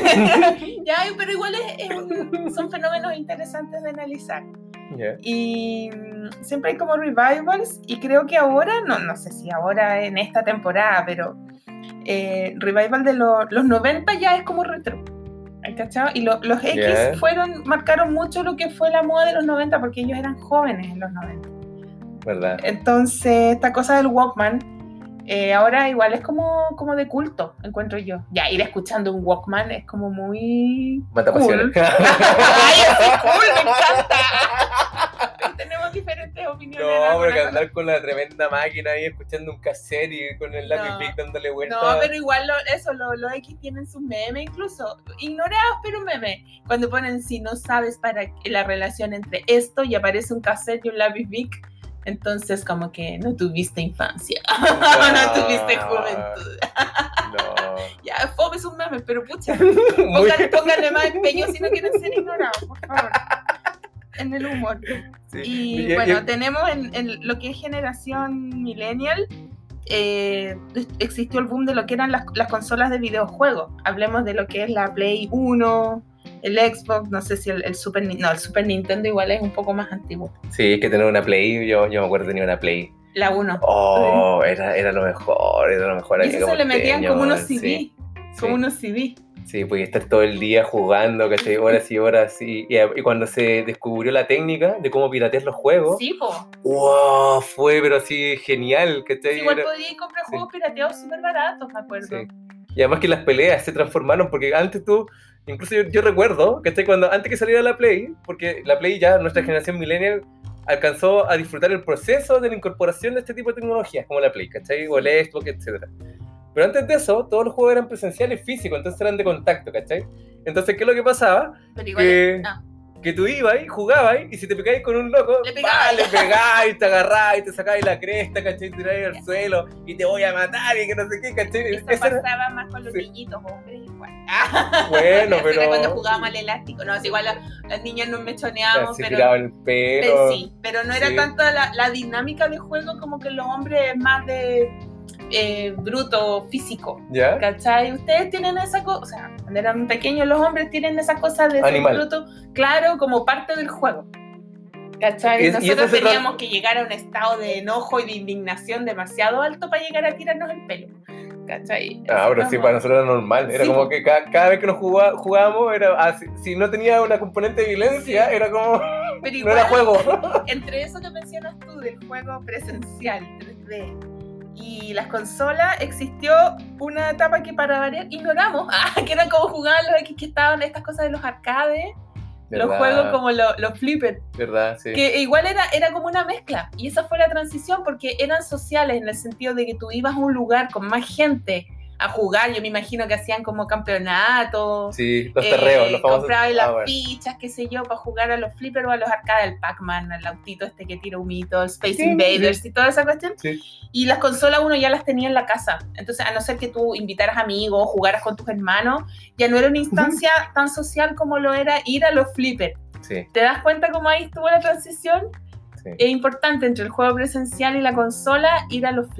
pero igual son fenómenos interesantes de analizar. Yeah. Y siempre hay como revivals, y creo que ahora, no sé si ahora en esta temporada, pero revival de los 90 ya es como retro. ¿Cachai? Y los X marcaron mucho lo que fue la moda de los 90, porque ellos eran jóvenes en los 90. ¿Verdad? Entonces, esta cosa del Walkman, ahora igual es como de culto, encuentro yo. Ya, ir escuchando un Walkman es como muy mata pasiones. ¡Ay, es cool! ¡Me encanta! Tenemos diferentes opiniones. No, pero que andar con la tremenda máquina ahí escuchando un cassette y con el lápiz big dándole vuelta. No, pero igual los X tienen sus memes, incluso ignorados, pero memes. Cuando ponen, si no sabes para la relación entre esto, y aparece un cassette y un lápiz big, entonces como que no tuviste infancia, no tuviste juventud. No. Ya, fome sus memes, pero pucha, pónganle más empeño si no quieren ser ignorados, por favor. En el humor. Sí. Y bueno, tenemos en lo que es generación millennial, existió el boom de lo que eran las consolas de videojuegos. Hablemos de lo que es la Play 1, el Xbox, no sé si el Super Nintendo. No, el Super Nintendo igual es un poco más antiguo. Sí, es que tener una Play, yo me acuerdo de tener una Play. La 1. Oh, sí. era lo mejor, Y eso se le metían como unos CD, sí. Como unos CD. Sí, podía estar todo el día jugando, ¿cachai? Horas y horas, y cuando se descubrió la técnica de cómo piratear los juegos, sí, po. ¡Wow! Fue, pero así, genial, ¿cachai? Sí, igual podías comprar juegos pirateados súper baratos, me acuerdo. Sí. Y además que las peleas se transformaron, porque antes incluso yo recuerdo, ¿cachai? Antes que saliera la Play, porque la Play ya, nuestra generación millennial, alcanzó a disfrutar el proceso de la incorporación de este tipo de tecnologías, como la Play, ¿cachai? O el Xbox, etc. Pero antes de eso, todos los juegos eran presenciales, físicos, entonces eran de contacto, ¿cachai? Entonces, ¿qué es lo que pasaba? Pero igual, que tú ibas, jugabas, y si te pegabas con un loco, le pegabas, te agarrabas, y te sacabas la cresta, ¿cachai? Te tirabas al suelo, y te voy a matar, y que no sé qué, ¿cachai? Eso pasaba más con los niñitos, hombres, igual. Bueno, pero... cuando jugábamos al elástico, no, igual las niñas nos mechoneábamos, se tiraban el pelo. Sí, pero no era tanto la dinámica de juego como que los hombres más de... bruto, físico, ¿ya? ¿Cachai? Ustedes tienen esa cosa, o sea, cuando eran pequeños los hombres tienen esa cosa de ser bruto, claro, como parte del juego, ¿cachai? Nosotros teníamos que llegar a un estado de enojo y de indignación demasiado alto para llegar a tirarnos el pelo, ¿cachai? Pero sí, para nosotros era normal, era como que cada vez que nos jugábamos, era, si no tenía una componente de violencia, era como, pero igual, no era juego. Entre eso que mencionas tú del juego presencial, 3D, y las consolas, existió una etapa que para variar ignoramos, que era como jugar los X, que estaban estas cosas de los arcades, ¿verdad? Los juegos como los flippers, ¿verdad? Sí. Que igual era como una mezcla, y esa fue la transición, porque eran sociales en el sentido de que tú ibas a un lugar con más gente a jugar. Yo me imagino que hacían como campeonatos. Sí, los terreos, los famosos. Compraban las fichas, qué sé yo, para jugar a los flippers o a los arcades, el Pac-Man, el autito este que tira humito, el Space Invaders y toda esa cuestión. Sí. Y las consolas uno ya las tenía en la casa. Entonces, a no ser que tú invitaras amigos, jugaras con tus hermanos, ya no era una instancia tan social como lo era ir a los flippers. Sí. ¿Te das cuenta cómo ahí estuvo la transición? Sí. Es importante entre el juego presencial y la consola ir a los flippers.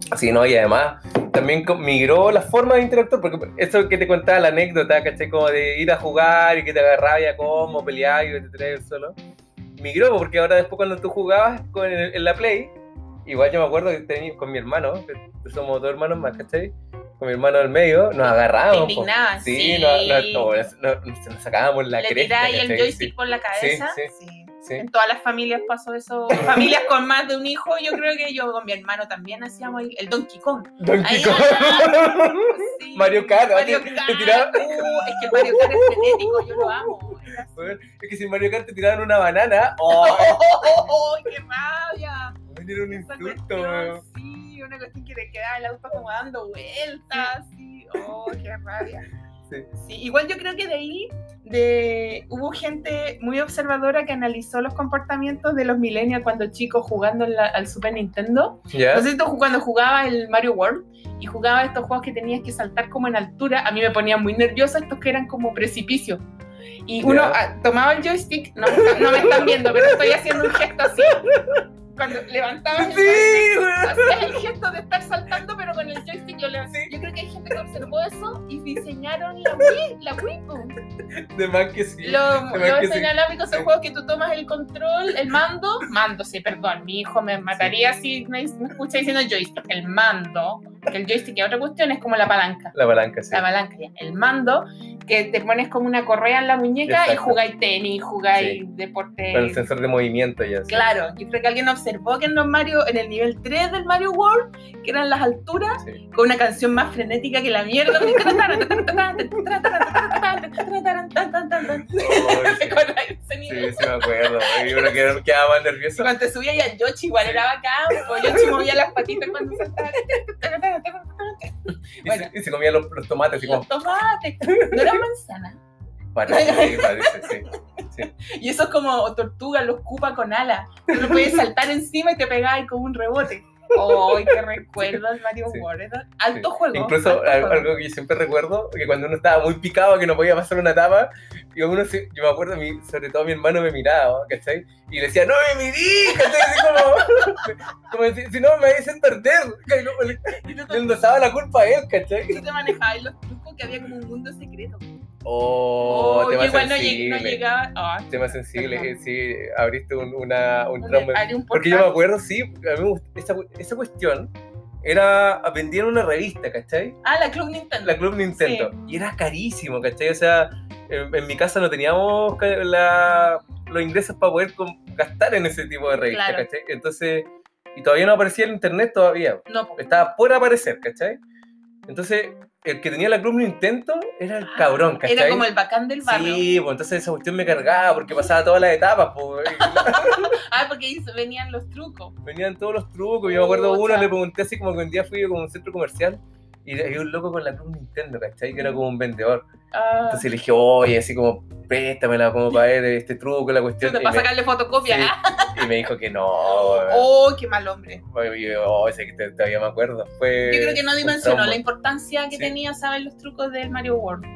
Sí, no, y además también migró la forma de interactuar, porque eso que te contaba la anécdota, ¿cachai? Como de ir a jugar y que te agarraba ya como pelear y que te traes solo. Migró, porque ahora después cuando tú jugabas en la Play, igual yo me acuerdo que tenía con mi hermano, que somos dos hermanos más, ¿cachai? Con mi hermano del medio, nos agarrábamos. Te indignaban, Sí, sí. nos sacábamos la cresta. Le tiráis el joystick sí. por la cabeza. Sí. En todas las familias pasó eso. Familias con más de un hijo, yo creo que yo con mi hermano también hacíamos el Donkey Kong. Donkey Kong. Sí. Mario Kart. Es que el Mario Kart es frenético, yo lo amo. Bueno, es que si en Mario Kart te tiraban una banana, ¡oh! ¡Qué rabia! Era un insulto. Sí, una cuestión que te quedaba el auto como dando vueltas. Sí. ¡Oh, qué rabia! Sí, igual yo creo que de ahí hubo gente muy observadora que analizó los comportamientos de los millennials cuando chicos jugando al Super Nintendo. Yeah. No sé si tú cuando jugaba el Mario World y jugaba estos juegos que tenías que saltar como en altura, a mí me ponían muy nerviosa estos que eran como precipicios. Y uno tomaba el joystick, no me están viendo, pero estoy haciendo un gesto así. Cuando levantabas el joystick, hacías el gesto de estar saltando, pero con el joystick lo levantabas. Yo creo que hay gente que observó eso y diseñaron la Wii. De más que sí. Los inalámbricos son juegos que tú tomas el control, el mando, sí, perdón, mi hijo me mataría si me escucha diciendo joystick. El mando, que el joystick es otra cuestión, es como la palanca. La palanca, sí. La palanca, ya. El mando, que te pones como una correa en la muñeca. Exacto. Y jugáis tenis, jugáis deporte. Con el sensor de movimiento ya. Sí. Claro, yo creo que alguien observó que en el nivel 3 del Mario World, que eran las alturas, con una canción más frenética que la mierda. Sí, me acuerdo. Yo creo que quedaba más nervioso. Cuando te subía y a Yoshi igual era bacán, porque Yoshi movía las patitas cuando saltaba. Bueno, y se comía los tomates. Los tomates. ¿No eran manzanas? Parece, sí. Y eso es como tortuga, los cupa con alas. Tú lo puedes saltar encima y te pegáis como un rebote. ¡Ay, qué recuerdo el Mario World! Alto juego. Incluso algo que yo siempre recuerdo, que cuando uno estaba muy picado, que no podía pasar una etapa, yo me acuerdo, sobre todo mi hermano me miraba, ¿cachai? Y le decía, ¡no me mirí! ¿Cachai? Así como si no me dicen perder. Le endosaba la culpa a él, ¿cachai? Tú te manejabas los trucos, que había como un mundo secreto. Tema igual sensible. No llegaba. Tema sensible, sí, abriste un trauma. Un porque yo me acuerdo, sí, a mí me gustó, esa cuestión vendían una revista, ¿cachai? La Club Nintendo. La Club Nintendo. Sí. Y era carísimo, ¿cachai? O sea, en mi casa no teníamos los ingresos para poder gastar en ese tipo de revistas, claro. ¿Cachai? Entonces, y todavía no aparecía el internet todavía. No. Estaba por aparecer, ¿cachai? Entonces, el que tenía la Club Nintendo era el cabrón, ¿cachai? Era como el bacán del barrio. Sí, pues entonces esa cuestión me cargaba porque pasaba todas las etapas, pues. Porque ahí venían los trucos. Venían todos los trucos. Yo me acuerdo uno, le pregunté así como que un día fui como a un centro comercial y había un loco con la Club Nintendo, ¿cachai? Que era como un vendedor. Entonces le dije, oye, así como, préstamela como para ver este truco, la cuestión. Para sacarle fotocopia. Sí. Y me dijo que no. Qué mal hombre. Ese que todavía me acuerdo. Yo creo que no dimensionó la importancia que tenía saber los trucos del Mario World.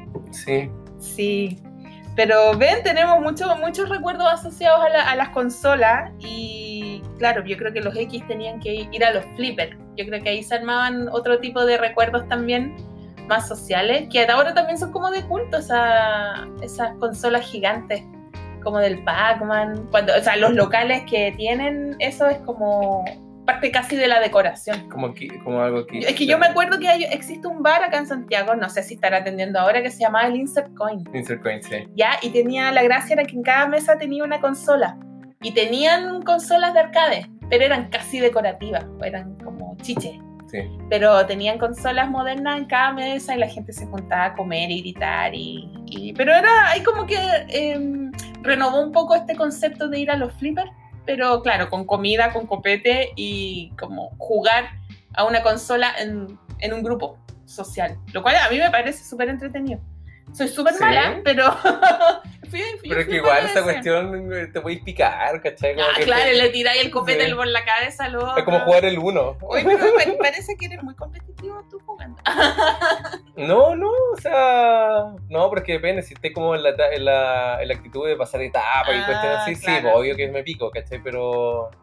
Sí. Pero ven, tenemos muchos recuerdos asociados a las consolas y claro, yo creo que los X tenían que ir a los flippers. Yo creo que ahí se armaban otro tipo de recuerdos también más sociales, que ahora también son como de culto, esas consolas gigantes, como del Pac-Man. O sea, los locales que tienen eso es como parte casi de la decoración. Como algo que... Es que yo me acuerdo que existe un bar acá en Santiago, no sé si estará atendiendo ahora, que se llamaba el Insert Coin. Insert Coin, sí. Ya, y la gracia era que en cada mesa tenía una consola. Y tenían consolas de arcade, pero eran casi decorativas, eran como chiches. Sí. Pero tenían consolas modernas en cada mesa y la gente se juntaba a comer y gritar. Pero ahí como que renovó un poco este concepto de ir a los flippers, pero claro, con comida, con copete y como jugar a una consola en un grupo social, lo cual a mí me parece súper entretenido. Soy súper mala, pero... pero es que igual esa cuestión te podéis picar, ¿cachai? Claro, le tiráis el copete por la cabeza al otro. Es como jugar el 1. Oye, pero parece que eres muy competitivo tú jugando. No, o sea... No, porque depende, si estés como en la actitud de pasar etapas y cuestiones así, claro. Sí, pues, obvio que me pico, ¿cachai? Pero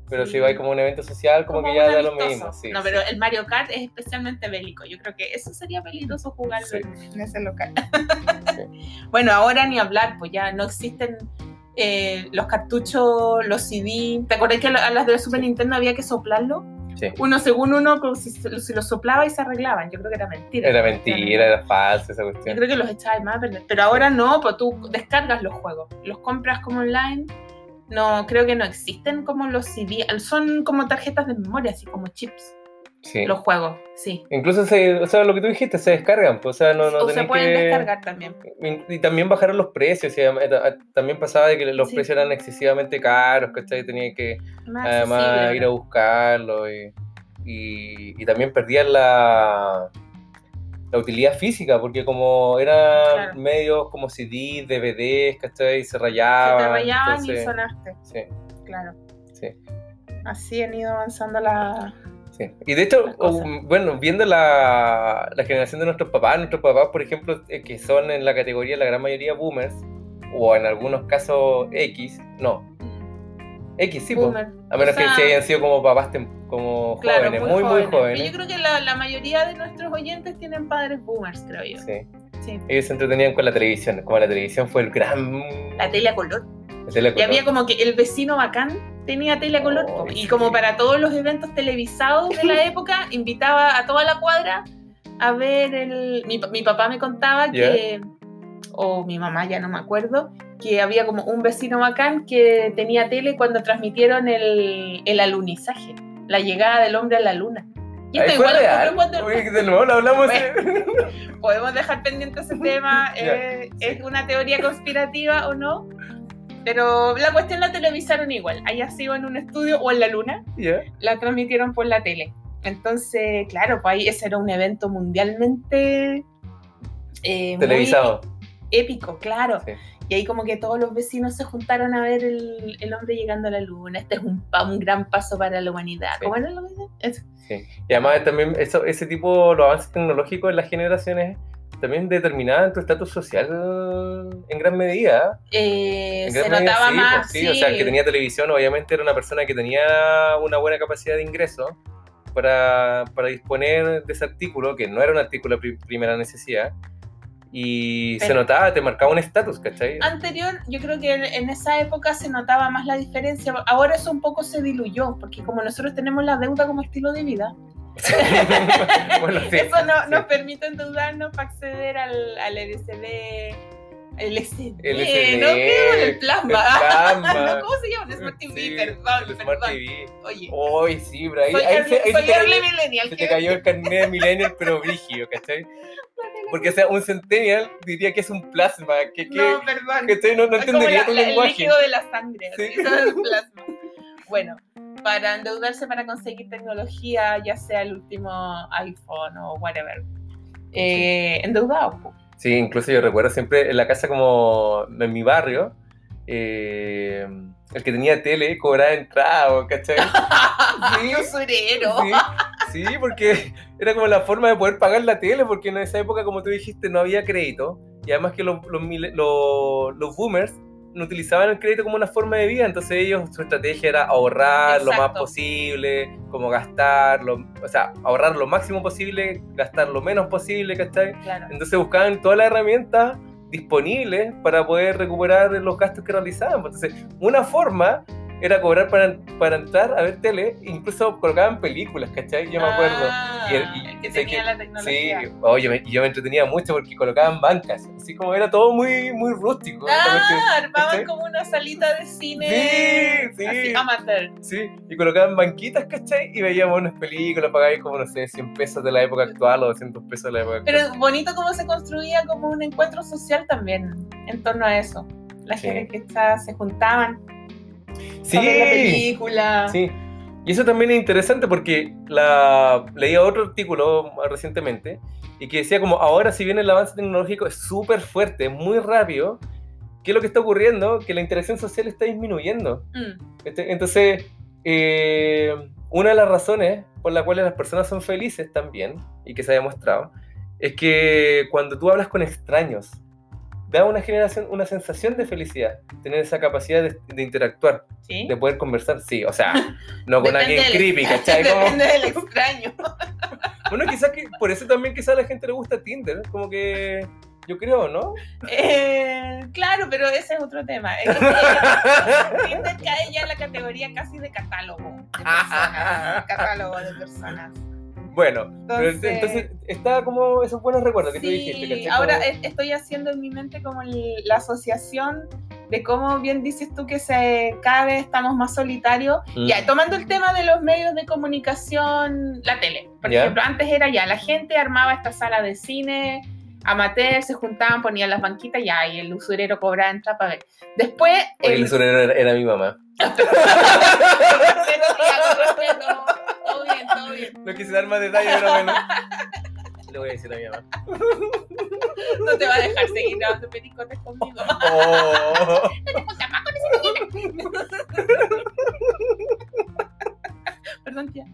Pero Sí. si vais como a un evento social, como que ya un da lo amistoso. mismo. Sí, No, pero el Mario Kart es especialmente bélico. Yo creo que eso sería peligroso jugarlo Sí. en ese local. Sí. Bueno, ahora ni hablar, pues ya no existen los cartuchos, los CD. ¿Te acordás que a las de la Super Sí. Nintendo había que soplarlo? Sí. Uno según uno, como si lo soplaba y se arreglaban. Yo creo que era mentira. Era mentira, era falsa esa Yo cuestión. creo que los echabas más a perder. Pero ahora no, pues tú descargas los juegos, los compras como online. No, creo que no existen como los CD. Son como tarjetas de memoria, así como chips. Sí. Los juegos, sí. Incluso, o sea, lo que tú dijiste, se descargan. Pues, o sea, no O se tenés pueden que... descargar también. Y también bajaron los precios. También pasaba de que los Sí. precios eran excesivamente caros, ¿cachai? Tenía que Más además accesible, ir a buscarlo. Y también perdían la utilidad física, porque como eran Claro. medios como CD, DVDs, ¿cachai? Se rayaban. Se te rayaban entonces, y sonaste. Sí, Claro. sí. Así han ido avanzando la... Sí. Y de hecho, Las cosas. bueno, viendo la generación de nuestros papás, por ejemplo, que son en la categoría, la gran mayoría boomers, o en algunos casos X, sí, pues, Boomer. a menos O sea, que se hayan sido como papás como claro, jóvenes, muy jóvenes. jóvenes. Yo creo que la mayoría de nuestros oyentes tienen padres boomers, creo yo. Sí. Sí. Ellos se entretenían con la televisión, como la televisión fue el gran... La tele a color. la tele a Y color. había como que el vecino bacán tenía tele a color. Oh, Y sí. como para todos los eventos televisados de la época, invitaba a toda la cuadra a ver mi papá me contaba que, o mi mamá, ya no me acuerdo, que había como un vecino bacán que tenía tele cuando transmitieron el alunizaje, la llegada del hombre a la luna. Y esto Ahí fue igual real. ocurrió cuando... Oye, de nuevo lo hablamos. Podemos dejar pendiente ese tema, Ya, es una teoría conspirativa o no, pero la cuestión la televisaron igual, haya sido en un estudio o en la luna, Ya. la transmitieron por la tele. Entonces, claro, pues ahí ese era un evento mundialmente Televisado. muy épico, claro. Sí. Y ahí como que todos los vecinos se juntaron a ver el hombre llegando a la luna. Este es un gran paso para la humanidad. Sí. ¿Cómo era la humanidad? Eso. Sí. Y además también ese tipo, los avances tecnológicos en las generaciones también determinaban tu estatus social en gran medida. En Se gran medida, notaba sí, más, pues, sí. O sea, el que tenía televisión obviamente era una persona que tenía una buena capacidad de ingreso para disponer de ese artículo, que no era un artículo de primera necesidad. Y Pero se notaba, te marcaba un estatus, ¿cachai? anterior, yo creo que en esa época se notaba más la diferencia. Ahora eso un poco se diluyó, porque como nosotros tenemos la deuda como estilo de vida, Bueno, sí, eso nos sí. permite endeudarnos para acceder al LCD, LCD, LCD, no creo en el plasma. plasma. ¿Cómo se llama? El Smart TV, Sí, perdón, el Smart perdón. TV. Oye, Oy, sí, pero ahí soy se te early cayó, millennial. se te cayó el carnet de millennial, pero brígido, ¿cachai? Porque, o sea, un centennial diría que es un plasma, No, perdón. ¿cachai? No Es como entendería tu el lenguaje. líquido de la sangre, Sí. así, eso es el plasma. Bueno, para endeudarse para conseguir tecnología, ya sea el último iPhone o whatever, endeudados. Sí, incluso yo recuerdo siempre en la casa como en mi barrio, el que tenía tele cobraba entrada, ¿cachai? Sí, ¡Qué usurero! sí, porque era como la forma de poder pagar la tele, porque en esa época, como tú dijiste, no había crédito, y además que los boomers no utilizaban el crédito como una forma de vida, entonces ellos, su estrategia era ahorrar lo más Exacto. posible, como gastar, o sea, ahorrar lo máximo posible, gastar lo menos posible, ¿cachai? Claro. Entonces buscaban todas las herramientas disponibles para poder recuperar los gastos que realizaban. Entonces, una forma era cobrar para entrar a ver tele, incluso colocaban películas, ¿cachai? Yo me acuerdo. El que tenía la Sí, tecnología. yo me entretenía mucho porque colocaban bancas, así como era todo muy, muy rústico. Armaban ¿cachai? como una salita de cine Sí, así, amateur. Sí, y colocaban banquitas, ¿cachai? Y veíamos unas películas, pagáis como, no sé, 100 pesos de la época actual o 200 pesos de la época actual. Pero bonito cómo se construía como un encuentro social también en torno a eso. La Sí. gente que se juntaban Sí, a ver la película. sí. Y eso también es interesante porque leía otro artículo recientemente y que decía como ahora si bien el avance tecnológico es súper fuerte, muy rápido, ¿qué es lo que está ocurriendo? Que la interacción social está disminuyendo. Entonces, una de las razones por las cuales las personas son felices también, y que se ha demostrado, es que cuando tú hablas con extraños, da una sensación de felicidad, tener esa capacidad de interactuar, ¿Sí? de poder conversar, sí, o sea, no con Depende alguien creepy, ¿cachai? Depende del extraño. Bueno, quizás que por eso también quizás a la gente le gusta Tinder, como que yo creo, ¿no? Claro, pero ese es otro tema. Tinder cae ya en la categoría casi de catálogo de personas. Catálogo de personas. Bueno, entonces está como esos buenos recuerdos que tú dijiste, ¿cachai? Ahora estoy haciendo en mi mente como la asociación de cómo bien dices tú que cada vez estamos más solitarios. Ya, tomando el tema de los medios de comunicación, la tele, por ejemplo, antes era ya, la gente armaba esta sala de cine amateur, se juntaban, ponían las banquitas y el usurero cobraba entrada para ver. Después... el usurero era mi mamá. Todo bien. No quise dar más detalles, pero bueno. Le voy a decir a mi mamá. No te va a dejar seguir grabando pericotes conmigo. Oh. No te juntas más con ese niño. Perdón, tía.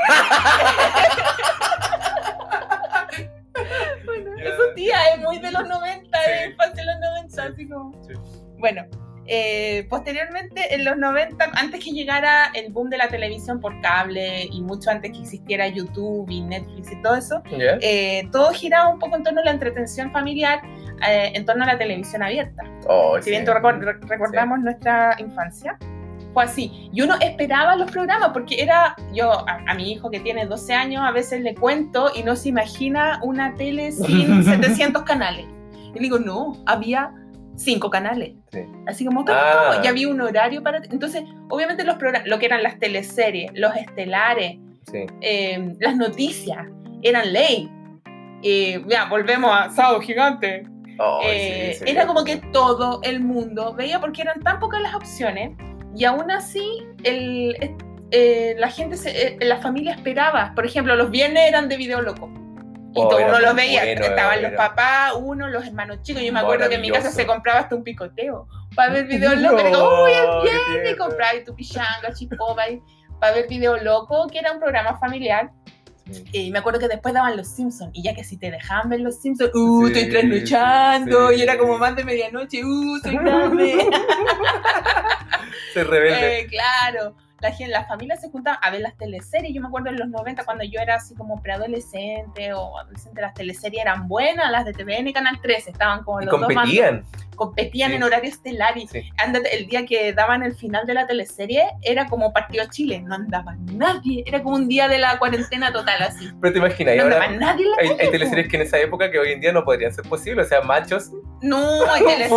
Bueno, eso, tía, es muy de los 90, es infancia de los 90, así como... Sí. Bueno, posteriormente, en los 90, antes que llegara el boom de la televisión por cable y mucho antes que existiera YouTube y Netflix y todo eso, todo giraba un poco en torno a la entretención familiar, en torno a la televisión abierta. Si bien recordamos nuestra infancia, fue así. Y uno esperaba los programas porque yo a mi hijo que tiene 12 años a veces le cuento y no se imagina una tele sin 700 canales. Y le digo, no, había 5 canales. Sí. Así como, ya había un horario para... Entonces, obviamente los programas, lo que eran las teleseries, los estelares, las noticias, eran ley. Ya, volvemos a Sábado Gigante. Era como que todo el mundo veía porque eran tan pocas las opciones y aún así la gente, la familia esperaba. Por ejemplo, los viernes eran de Video Loco. Y todo uno los veía, estaban los papás, los hermanos chicos. Yo me acuerdo que en mi casa se compraba hasta un picoteo para ver Video Loco. Digo, es bien, y compraba tu pichanga, chipoba, para ver Video Loco, que era un programa familiar. Y me acuerdo que después daban Los Simpsons, y ya que si te dejaban ver Los Simpsons, estoy trasnochando, y era como más de medianoche, soy grande. Soy rebelde. Claro. La familia se juntaba a ver las teleseries. Yo me acuerdo en los 90 cuando yo era así como preadolescente o adolescente, las teleseries eran buenas, las de TVN, Canal 13, estaban como los competían en horario estelar y el día que daban el final de la teleserie era como Partido Chile, no andaba nadie, era como un día de la cuarentena total así. Pero te imaginas, no andaba nadie en la hay teleseries que en esa época que hoy en día no podrían ser posibles, o sea, machos. No, hay teleseries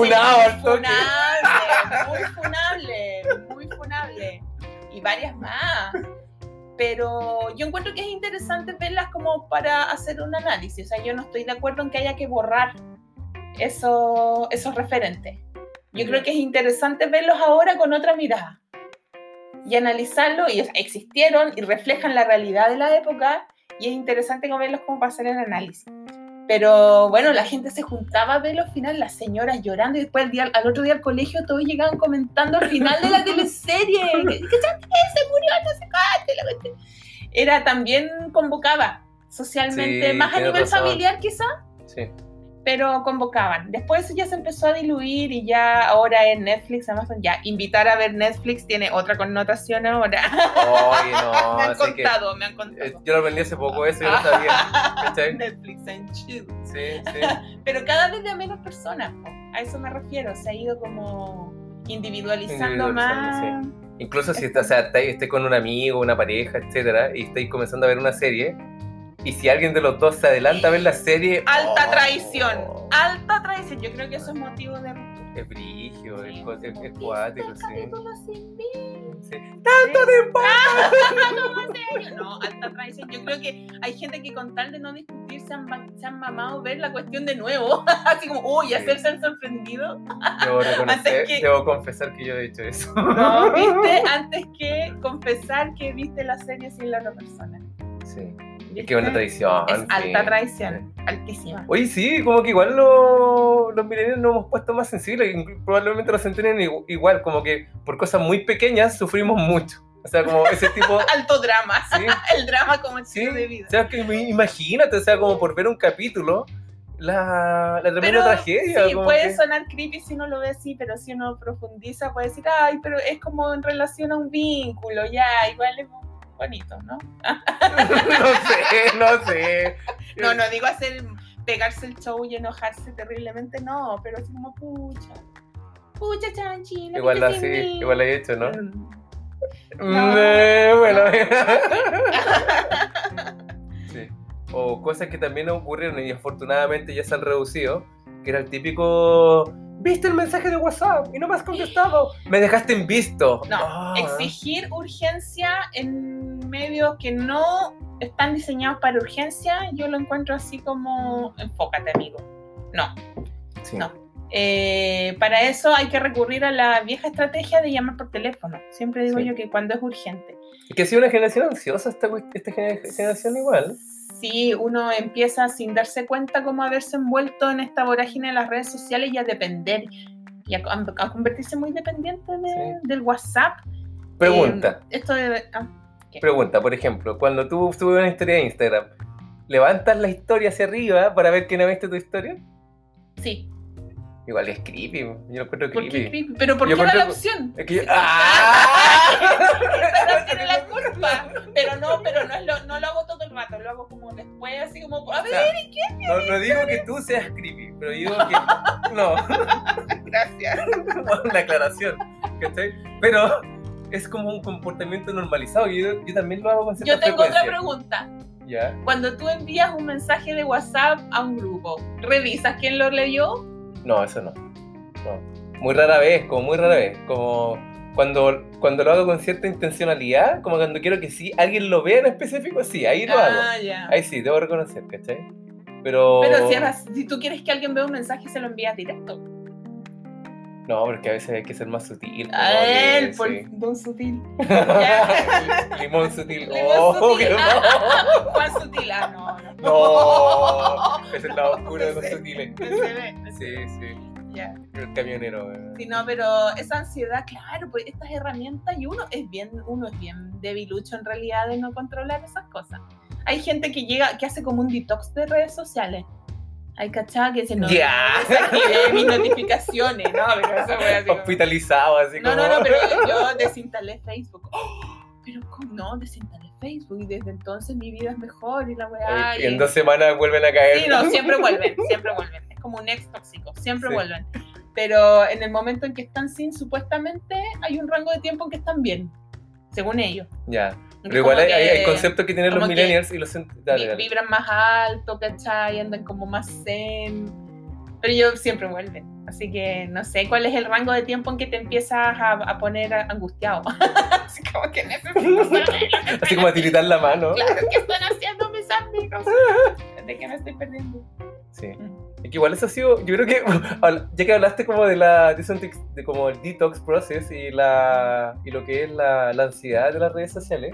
muy funable. Y varias más, pero yo encuentro que es interesante verlas como para hacer un análisis. O sea, yo no estoy de acuerdo en que haya que borrar esos referentes. Yo creo que es interesante verlos ahora con otra mirada y analizarlos, y existieron y reflejan la realidad de la época, y es interesante verlos como para hacer el análisis. Pero bueno, la gente se juntaba a ver los finales, las señoras llorando, y después al otro día al colegio todos llegaban comentando el final de la teleserie. ¿Qué se murió? No sé qué. Era también convocaba socialmente, más a nivel familiar quizá. Sí. Pero convocaban. Después eso ya se empezó a diluir y ya ahora en Netflix, Amazon, ya invitar a ver Netflix tiene otra connotación ahora. Ay, no, me han contado. Yo lo aprendí hace poco, eso yo no sabía. Netflix and chill. Sí. Pero cada vez de menos personas, a eso me refiero. Se ha ido como individualizando más. Sí. Incluso si estés con un amigo, una pareja, etcétera, y estáis comenzando a ver una serie. Y si alguien de los dos se adelanta a ver la serie... Alta traición. Yo creo que eso es motivo de ruptura. Es brígido, es cuático, sí. ¡Tanto tiempo! No, alta traición. Yo creo que hay gente que con tal de no discutir se han mamado ver la cuestión de nuevo. Así como, hacerse el sorprendido. Debo confesar que yo he hecho eso. No, ¿viste? Antes que confesar que viste la serie sin la otra persona. Sí. Es que es una tradición. Es alta tradición, altísima. Oye, sí, como que igual los millennials nos hemos puesto más sensibles, probablemente los centennials igual, como que por cosas muy pequeñas sufrimos mucho. O sea, como ese tipo... Alto drama, ¿sí? El drama como estilo de vida. O sea, que imagínate, o sea, como por ver un capítulo, la tremenda Pero tragedia. sí, como puede que- sonar creepy si uno lo ve así, pero si uno profundiza puede decir, ay, pero es como en relación a un vínculo, ya, igual es bonito, ¿no? No sé. No digo pegarse el show y enojarse terriblemente, no, pero así como, pucha, chanchi, no Igual viste sin así, mí. igual lo he hecho, ¿no? No. Bueno. No. Sí. O cosas que también ocurrieron y afortunadamente ya se han reducido, que era el típico... ¿Viste el mensaje de WhatsApp y no me has contestado? Me dejaste en visto. No, Ah. exigir urgencia en medios que no están diseñados para urgencia, yo lo encuentro así como, enfócate, amigo. No, Sí. no. Para eso hay que recurrir a la vieja estrategia de llamar por teléfono. Siempre digo Sí. yo que cuando es urgente. Es que ha sido una generación ansiosa esta generación igual. Sí, uno empieza sin darse cuenta cómo haberse envuelto en esta vorágine de las redes sociales y a depender, y a convertirse muy dependiente del WhatsApp. Pregunta. Esto de... ¿qué? Pregunta, por ejemplo, cuando tú subes una historia de Instagram, ¿levantas la historia hacia arriba para ver quién ha visto tu historia? Sí. Igual es creepy, yo lo encuentro ¿Por qué creepy. creepy? ¿Pero por Yo qué da la encuentro- opción? Es que yo... Instagram tiene la culpa. Pero no lo hago todo el rato, lo hago como después, así como, a ver, No digo que tú seas creepy, pero digo que... No, gracias. una aclaración, ¿cachai? Pero es como un comportamiento normalizado y yo también lo hago con cierta Yo tengo otra frecuencia. pregunta. ¿Ya? Cuando tú envías un mensaje de WhatsApp a un grupo, ¿revisas quién lo leyó? No, eso no. Muy rara vez, como cuando lo hago con cierta intencionalidad, como cuando quiero que sí, alguien lo vea en específico, sí, ahí lo hago. Ya. Ahí sí, debo reconocer, ¿cachai? Pero si tú quieres que alguien vea un mensaje, se lo envías directo. no, porque a veces hay que ser más sutil. A él, por sí. don sutil. Ya. Limón sutil. Limón Oh, sutil. qué no. Juan Sutil. No. No, es el lado oscuro de los Ese- sutiles. Se ve. Sí, sí. Ya. El camionero. Sí, no, pero esa ansiedad, claro, pues estas herramientas y uno es bien debilucho en realidad de no controlar esas cosas. Hay gente que hace como un detox de redes sociales. Hay cachada que dice, no, Ya. desactivé mis notificaciones, no, pero eso fue así como- Hospitalizado, así No, como. pero yo desinstalé Facebook. Pero ¿cómo no? Desinstalé Facebook y desde entonces mi vida es mejor y la weá. Y en 2 semanas vuelven a caer. Sí, no, siempre vuelven. Es como un ex tóxico, siempre Sí. vuelven. Pero en el momento en que están sin, supuestamente hay un rango de tiempo en que están bien, según ellos. Ya. Que Pero igual como hay conceptos que tienen los como que millennials y los. Dale. vibran más alto, ¿cachai? Andan como más zen. Pero ellos siempre vuelven. Así que no sé cuál es el rango de tiempo en que te empiezas a poner angustiado. Así como que necesito saber lo que Así como a tiritar la mano. Claro, ¿qué están haciendo mis amigos? ¿De qué me estoy perdiendo? Sí. Es que igual eso ha sido, yo creo que, ya que hablaste como de como el detox process y lo que es la ansiedad de las redes sociales,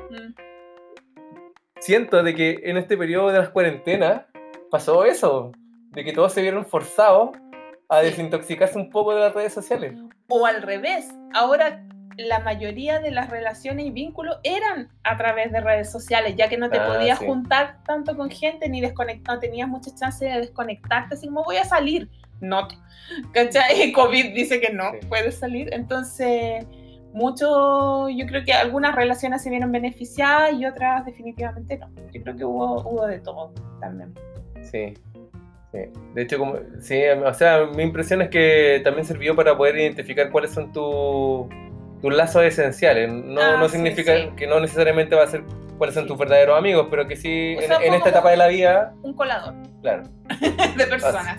siento de que en este periodo de las cuarentenas pasó eso, de que todos se vieron forzados a Sí. desintoxicarse un poco de las redes sociales. O al revés, ahora la mayoría de las relaciones y vínculos eran a través de redes sociales, ya que no te podías sí. juntar tanto con gente ni desconectar, no tenías mucha chance de desconectarte, así como voy a salir. No, ¿cachai? COVID dice que no, Sí. puedes salir. Entonces, yo creo que algunas relaciones se vieron beneficiadas y otras definitivamente no. Yo creo que hubo de todo también. Sí. Sí. De hecho, sí, o sea, mi impresión es que también sirvió para poder identificar cuáles son tus lazos esenciales. No sí, significa sí. que no necesariamente va a ser cuáles son Sí. tus verdaderos amigos, pero que sí, O sea, en fue esta como etapa de la vida, Un colador claro. de personas.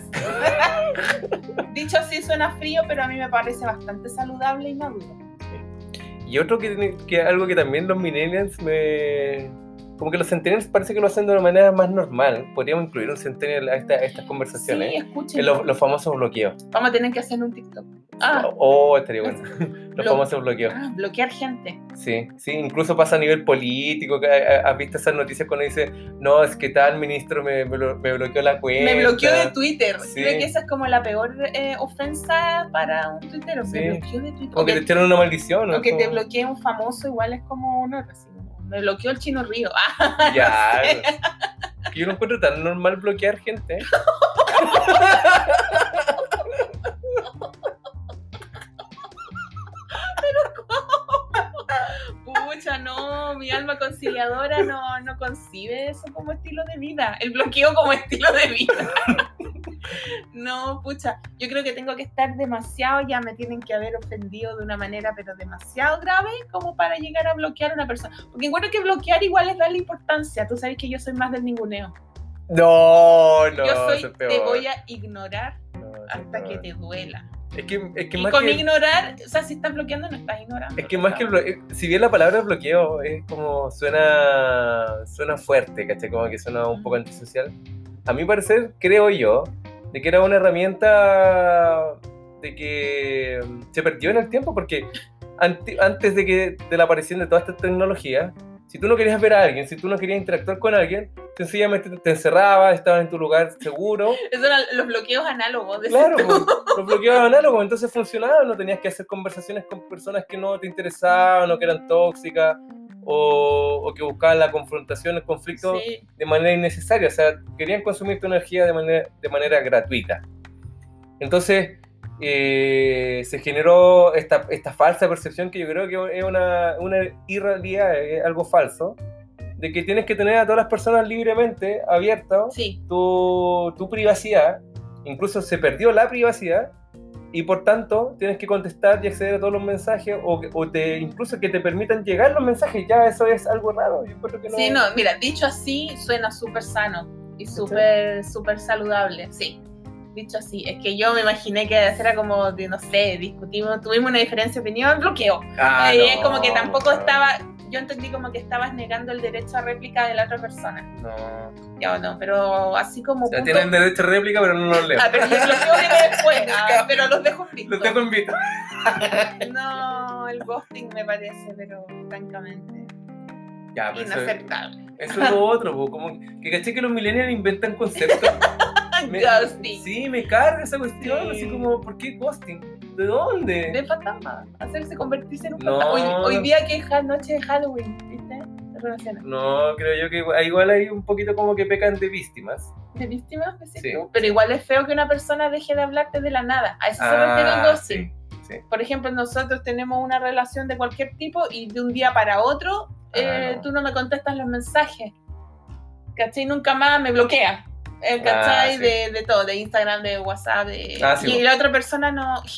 Dicho así suena frío, pero a mí me parece bastante saludable y maduro. Y otro que algo que también los millennials como que los centennials parece que lo hacen de una manera más normal. Podríamos incluir un centennial a estas conversaciones. Sí, escuchen. Los famosos bloqueos. Vamos a tener que hacer un TikTok. Estaría bueno. Los famosos bloqueos. Bloquear gente. Sí, incluso pasa a nivel político. ¿Has visto esas noticias cuando dice, no, es que tal ministro me bloqueó la cuenta? Me bloqueó de Twitter. Sí. Creo que esa es como la peor ofensa para un tuitero. Sí. Me bloqueó de Twitter. Como que te echaron una maldición, ¿no? O que te Como- bloquee un famoso igual es como honor. Así como, me bloqueó el Chino Río. Ya. Que yo no encuentro tan normal bloquear gente. Pucha, no, mi alma conciliadora no concibe eso como estilo de vida, el bloqueo como estilo de vida. No, pucha, yo creo que tengo que estar demasiado, ya me tienen que haber ofendido de una manera pero demasiado grave como para llegar a bloquear a una persona, porque encuentro que bloquear igual es darle importancia. Tú sabes que yo soy más del ninguneo. No, Yo soy, eso es peor. te voy a ignorar No, eso es hasta peor. que te duela. Es que Y más con que... ignorar, o sea, si estás bloqueando, no estás ignorando. Es que más que el bloqueo, si bien la palabra bloqueo es como suena fuerte, ¿cachai? Como que suena un poco antisocial. A mi parecer, creo yo, de que era una herramienta de que se perdió en el tiempo, porque antes de la aparición de toda esta tecnología, si tú no querías ver a alguien, si tú no querías interactuar con alguien, sencillamente te encerrabas, estabas en tu lugar seguro. Esos eran los bloqueos análogos de Claro, ese pues, los bloqueos análogos, entonces funcionaba, no tenías que hacer conversaciones con personas que no te interesaban o que eran tóxicas o que buscaban la confrontación, el conflicto Sí. de manera innecesaria, o sea, querían consumir tu energía de manera gratuita. Entonces se generó esta falsa percepción que yo creo que es una irrealidad, es algo falso, de que tienes que tener a todas las personas libremente abiertas Sí. tu privacidad. Incluso se perdió la privacidad y por tanto tienes que contestar y acceder a todos los mensajes incluso que te permitan llegar los mensajes. Ya eso es algo raro. Yo creo que no. Sí, no, mira, dicho así suena súper sano y súper saludable, sí. Dicho así, es que yo me imaginé que era como, no sé, tuvimos una diferencia de opinión, bloqueo. Es como que tampoco estaba, yo entendí como que estabas negando el derecho a réplica de la otra persona. No. Ya no, pero así como... O sea, tienen derecho a réplica, pero no los leo. Ah, pero el bloqueo viene después, pero los dejo en visto. Los dejo en visto. No, el ghosting me parece, pero francamente Ya, pero inaceptable. eso es lo otro, po, como que caché que los millennials inventan conceptos. Ghosting. Sí, me carga esa cuestión, Sí. así como, ¿por qué ghosting? ¿De dónde? De fantasma, convertirse en un No. fantasma. Hoy día que es noche de Halloween, ¿viste? De relaciones. No, creo yo que igual hay un poquito como que pecan de víctimas. ¿De víctimas, decís Sí. tú? Pero igual es feo que una persona deje de hablarte de la nada. A eso se refiere el ghosting. Sí. Por ejemplo, nosotros tenemos una relación de cualquier tipo y de un día para otro No. tú no me contestas los mensajes. ¿Cachai? Nunca más me bloquea. ¿Cachai? Sí. De todo, de Instagram, de WhatsApp. Sí, y la otra persona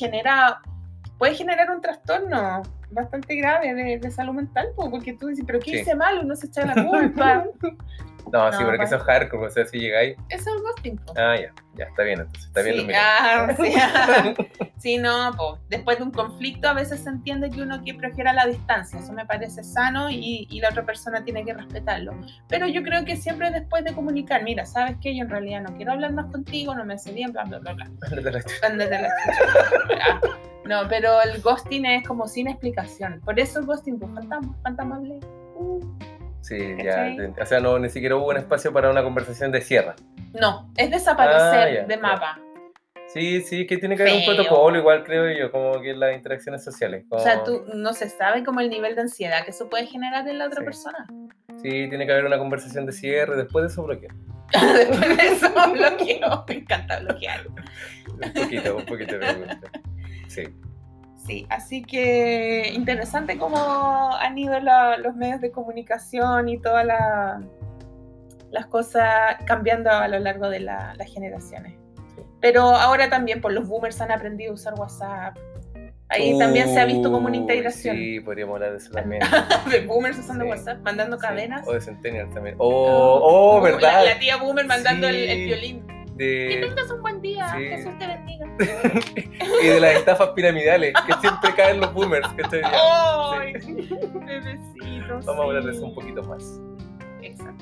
puede generar un trastorno bastante grave de salud mental, porque tú dices, ¿pero qué Sí. hice mal? Uno se echa la culpa. No, sí, No, pero que eso es hardcore, o sea, si llegáis. Eso es el ghosting. Ya, está bien, entonces, está bien. Sí, los millennials. sí, no, después de un conflicto a veces se entiende que uno que prefiera la distancia, eso me parece sano y la otra persona tiene que respetarlo, pero yo creo que siempre después de comunicar, mira, ¿sabes qué? Yo en realidad no quiero hablar más contigo, no me hace bien, bla, bla, bla, bla. Ándate la chucha. No, pero el ghosting es como sin explicación, por eso el ghosting, pues fantasma. Sí, ¿Cachai? ya, o sea, no, ni siquiera hubo un espacio para una conversación de cierre. No, es desaparecer Ya, de ya. mapa. Sí, que tiene que haber un Feo. protocolo, igual creo yo, como que las interacciones sociales. Como... O sea, no se sabe como el nivel de ansiedad que eso puede generar en la otra Sí. persona. Sí, tiene que haber una conversación de cierre, después de eso bloqueo. Después de eso bloqueo. Me encanta bloquear. Un poquito me gusta. Sí. Sí, así que interesante cómo han ido los medios de comunicación y todas las cosas cambiando a lo largo de las generaciones. Sí. Pero ahora también, pues los boomers han aprendido a usar WhatsApp. Ahí también se ha visto como una integración. Sí, podríamos hablar de eso también. De boomers usando Sí. WhatsApp, mandando cadenas. O de Centennial también. ¿Verdad? La tía boomer mandando Sí. el violín. Que tengas un buen día, Sí. Jesús te bendiga. Y de las estafas piramidales, que siempre caen los boomers. ¿Cachai? ¡Ay! Sí. Bebecitos. Vamos a hablar de eso un poquito más. Exacto.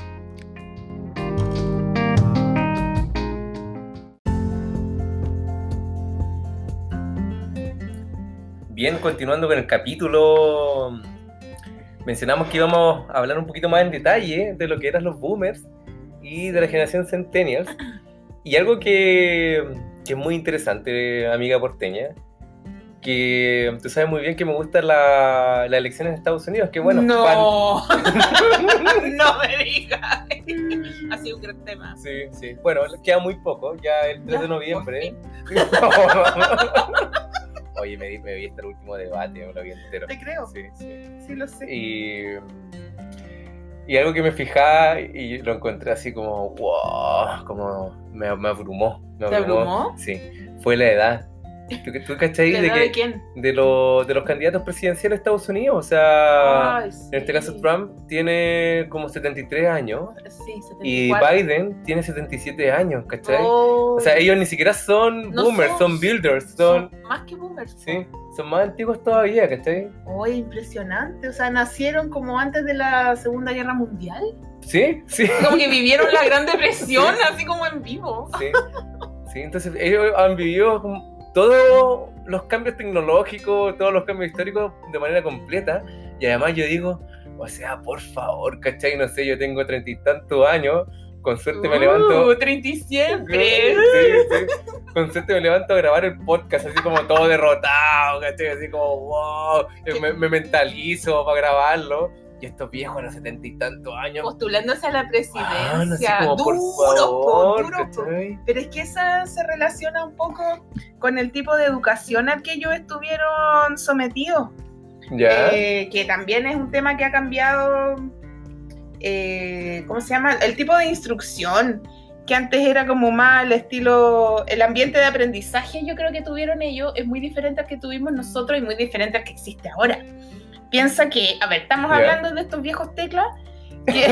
Bien, continuando con el capítulo, mencionamos que íbamos a hablar un poquito más en detalle de lo que eran los boomers y de la generación Centennials. Y algo que es muy interesante, amiga porteña, que tú sabes muy bien que me gusta la elección en Estados Unidos, que bueno, No. No me digas. Ha sido un gran tema. Sí. Bueno, queda muy poco, ya el 3 de noviembre. Oye, me vi hasta el último debate, me lo vi entero. Te creo. Sí, lo sé. Y algo que me fijaba y lo encontré así como, wow, como me abrumó. ¿Te abrumó? Sí, fue la edad. ¿Tú cachai ¿La de edad que de quién? de los candidatos presidenciales de Estados Unidos? O sea, Ay, sí. en este caso Trump tiene como 73 años Sí, 74. y Biden tiene 77 años, ¿cachai? Oh. O sea, ellos ni siquiera son No boomers, son builders, son más que boomers. Sí, son más antiguos todavía, ¿cachai? Oh, impresionante. O sea, nacieron como antes de la Segunda Guerra Mundial. Sí. Como que vivieron la Gran Depresión, así como en vivo. Sí, entonces ellos han vivido todos los cambios tecnológicos, todos los cambios históricos de manera completa. Y además yo digo, o sea, por favor, ¿cachai? No sé, yo tengo 30 y tantos años, con suerte me levanto... 30 y siempre. Sí. Con suerte me levanto a grabar el podcast así como todo derrotado, ¿cachai? Así como, wow, me mentalizo para grabarlo. Y estos viejos a los 70 y tantos años postulándose a la presidencia. No sé, como, duro. ¿cachai? Pero es que esa se relaciona un poco con el tipo de educación al que ellos estuvieron sometidos. ¿Ya? Que también es un tema que ha cambiado. ¿Cómo se llama? El tipo de instrucción, que antes era como más el estilo, el ambiente de aprendizaje, yo creo que tuvieron ellos, es muy diferente al que tuvimos nosotros y muy diferente al que existe ahora. Piensa que, a ver, estamos hablando de estos viejos teclas, que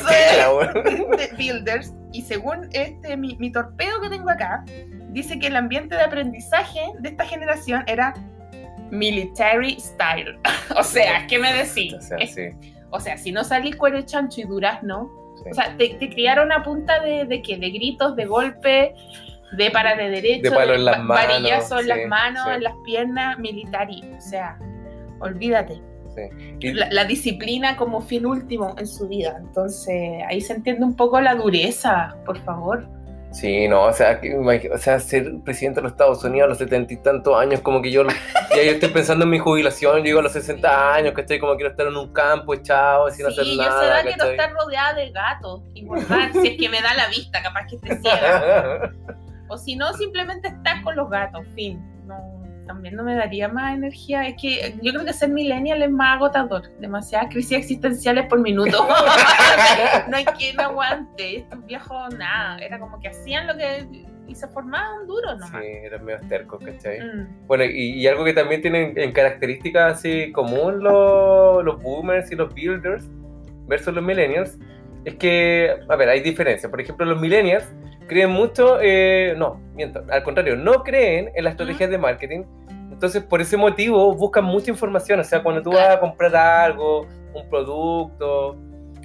son de builders, y según mi torpedo que tengo acá, dice que el ambiente de aprendizaje de esta generación era military style. O sea, ¿qué me decís? O sea, si no salís cuero chancho y durazno, o sea, te criaron a punta de ¿qué? De gritos, de golpes, de para de derecho, de palo en las manos, varillazo en las manos, en las piernas, military. O sea, olvídate. Y la disciplina como fin último en su vida. Entonces, ahí se entiende un poco la dureza, por favor. Sí, no, o sea, ser presidente de los Estados Unidos a los 70 y tantos años, como que yo estoy pensando en mi jubilación, llego a los 60 años, que estoy como quiero estar en un campo echado, sin hacer nada. Sí, yo sé da quiero estar rodeada de gatos y morfar, si es que me da la vista, capaz que esté ciega. O si no, simplemente estar con los gatos, fin. No, también no me daría más energía. Es que yo creo que ser millennial es más agotador. Demasiadas crisis existenciales por minuto. No hay quien aguante. Estos viejos, nada. Era como que hacían lo que... y se formaban duros nomás. Sí, eran medio tercos, ¿cachai? Bueno, y algo que también tienen en características así común los boomers y los builders versus los millennials, es que, a ver, hay diferencias. Por ejemplo, los millennials creen mucho, al contrario, no creen en las estrategias de marketing. Entonces, por ese motivo, buscan mucha información. O sea, cuando tú vas a comprar algo, un producto,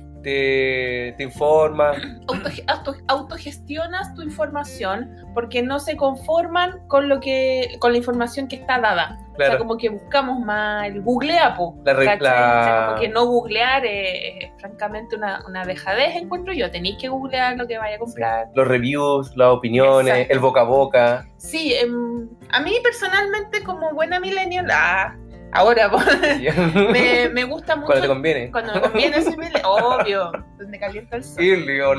te informas. Autogestionas tu información porque no se conforman con la información que está dada. Claro. O sea, como que buscamos más el googlea, o sea, como que no googlear es francamente una dejadez, encuentro yo. Tenéis que googlear lo que vaya a comprar. Sí. Los reviews, las opiniones, exacto. El boca a boca. Sí, a mí personalmente como buena millennial, ahora me gusta mucho. Cuando te conviene. Cuando me conviene, sí, obvio, donde calienta el sol.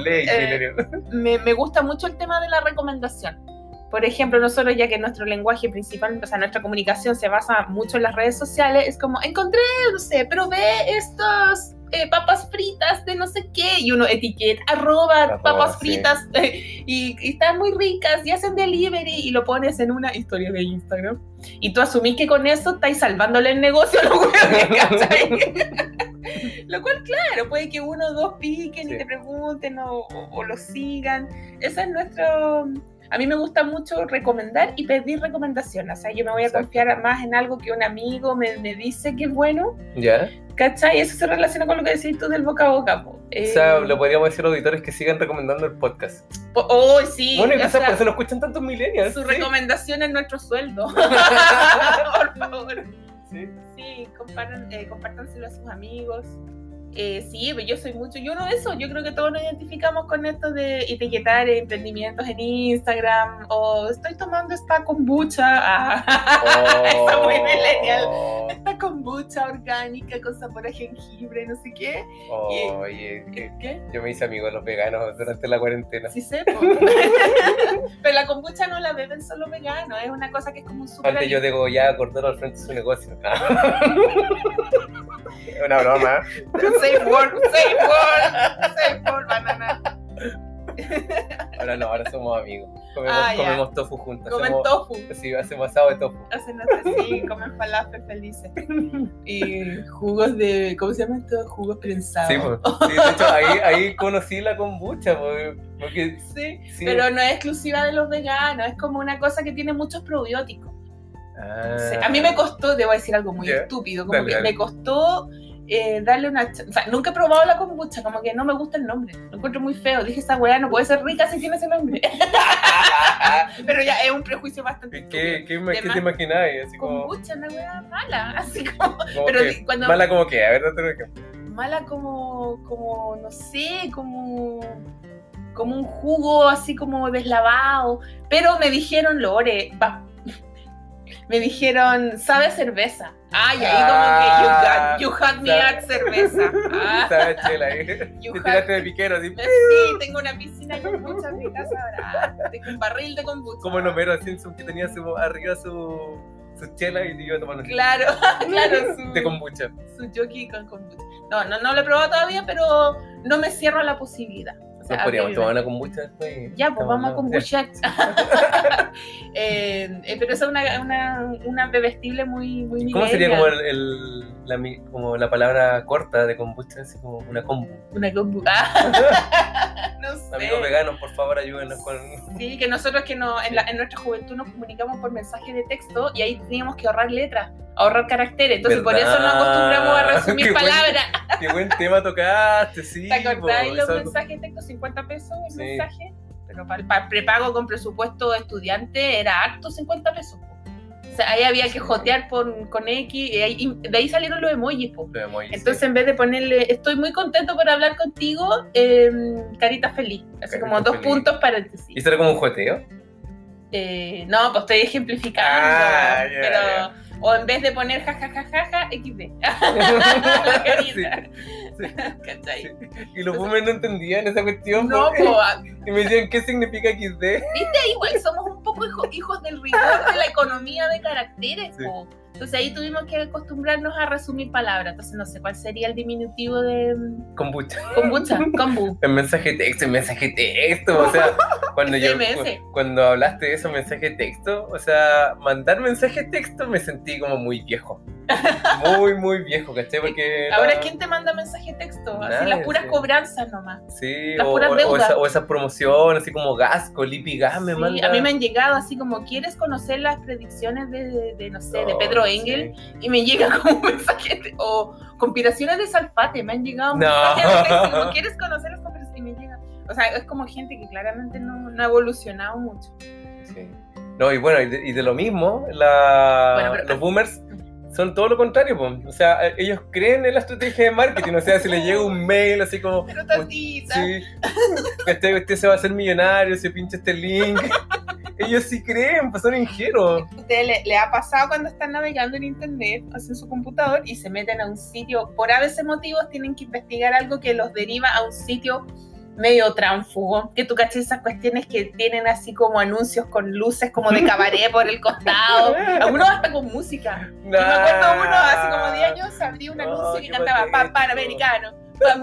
Me gusta mucho el tema de la recomendación. Por ejemplo, nosotros, ya que nuestro lenguaje principal, o sea, nuestra comunicación se basa mucho en las redes sociales, es como, encontré, no sé, probé estos papas fritas de no sé qué, y uno etiqueta, papas fritas, y están muy ricas, y hacen delivery, y lo pones en una historia de Instagram, y tú asumís que con eso estáis salvándole el negocio a los huevones, ¿cachai? Lo cual, claro, puede que uno o dos piquen y te pregunten o lo sigan. Ese es nuestro... A mí me gusta mucho recomendar y pedir recomendaciones. O sea, yo me voy a confiar más en algo que un amigo me dice que es bueno. ¿Ya? ¿Cachai? Eso se relaciona con lo que decís tú del boca a boca. O sea, lo podríamos decir a auditores que sigan recomendando el podcast. Sí. Bueno, y quizás por eso nos escuchan tantos millennials. Su recomendación es nuestro sueldo. Por favor. Sí, compártanselo a sus amigos. Sí, yo soy mucho, yo creo que todos nos identificamos con esto de etiquetar emprendimientos en Instagram, estoy tomando esta kombucha, está muy millennial, esta kombucha kombucha orgánica con sabor a jengibre, no sé qué. Oye, ¿Qué? yo me hice amigo de los veganos durante la cuarentena. Sí sé, po. Pero la kombucha no la beben solo veganos, es una cosa que es como un súper... Antes yo degollaba Cordero al frente de su negocio. Es una broma. Safe word, banana. Ahora no, ahora somos amigos. Comemos tofu juntos. Comen tofu. Sí, hacemos asado de tofu. Sí, comen falafel felices. Y jugos de... ¿Cómo se llama esto? Jugos prensados. Sí, pues, sí, de hecho ahí conocí la kombucha. Porque, sí, pero no es exclusiva de los veganos, es como una cosa que tiene muchos probióticos. Sí, a mí me costó, debo decir algo muy estúpido, como que me costó darle una... O sea, nunca he probado la kombucha, como que no me gusta el nombre, lo encuentro muy feo. Dije, esa weá no puede ser rica si tiene ese nombre. Pero ya es un prejuicio bastante estúpido. ¿Qué te imagináis? Así como... Kombucha, una weá mala, así como... Pero cuando... ¿Mala como qué? A ver, date un ejemplo. Mala como no sé, como un jugo así como deslavado. Pero me dijeron, Lore, me dijeron, sabe a cerveza. Ay, ahí como que you had me at cerveza. Sabe chela ahí. Te tiraste de piquero así. Sí, tengo una piscina con kombucha en mi casa ahora. Tengo un barril de kombucha. Como el Homero Simpson que tenía arriba su chela y te iba tomando. Claro, de kombucha. Su jockey con kombucha. No lo he probado todavía, pero no me cierro a la posibilidad. O sea, ¿nos podríamos tomar una kombucha después? Ya, pues vamos a kombucha. Pero esa es una bebestible muy ¿Cómo sería como como la palabra corta de kombucha? Así como una kombu. Una kombu. No sé. Amigos veganos, por favor, ayúdenos con... Sí, que nosotros en nuestra juventud nos comunicamos por mensaje de texto y ahí teníamos que ahorrar letras, ahorrar caracteres. Entonces, por eso nos acostumbramos a resumir palabras. Qué buen tema tocaste, sí. ¿Te acordáis los mensajes de texto? 50 pesos el mensaje. Pero para prepago con presupuesto de estudiante era harto 50 pesos. O sea, ahí había que jotear con X y de ahí salieron los emojis. Entonces, sí, en vez de ponerle estoy muy contento por hablar contigo, carita feliz. Así carita como 2 puntos paréntesis. ¿Y eso era como un joteo? No, pues estoy ejemplificando. Pero... O en vez de poner jajajajaja, XD. La carita. Sí. ¿Cachai? Sí. Y los boomers no entendían esa cuestión. No, y me decían, ¿qué significa XD? Viste, igual somos un poco hijos del rigor de la economía de caracteres, sí. Entonces ahí tuvimos que acostumbrarnos a resumir palabras. Entonces no sé cuál sería el diminutivo de... Kombucha. Kombu. En mensaje texto. O sea, cuando hablaste de eso, mensaje texto, o sea, mandar mensaje texto me sentí como muy viejo. Muy viejo, ¿cachai? Porque ahora, ¿quién te manda mensaje texto? Así las puras cobranzas nomás. Sí, las puras deudas. O esas promociones, así como Gasco, Lipi Gas me manda. A mí me han llegado así como, ¿quieres conocer las predicciones de no sé, de Pedro Engel? Sí. Y me llega como un mensaje, o conspiraciones de Salfate, me han llegado mensajes de texto, como, ¿quieres conocer las conspiraciones? Y me llega. O sea, es como gente que claramente no ha evolucionado mucho. Sí. No, y bueno, y de lo mismo, los boomers son todo lo contrario, po. O sea, ellos creen en la estrategia de marketing, o sea, si les llega un mail así como... Pero tantita. Sí, usted se va a hacer millonario, se pincha este link. Ellos sí creen, pues son ingenuos. ¿Usted le ha pasado cuando están navegando en internet, hacen su computador y se meten a un sitio, por a veces motivos tienen que investigar algo que los deriva a un sitio medio tránfugo, que tú cachas esas cuestiones que tienen así como anuncios con luces como de cabaret por el costado, algunos hasta con música. Yo me acuerdo uno hace como 10 años abría un anuncio que cantaba Panamericano.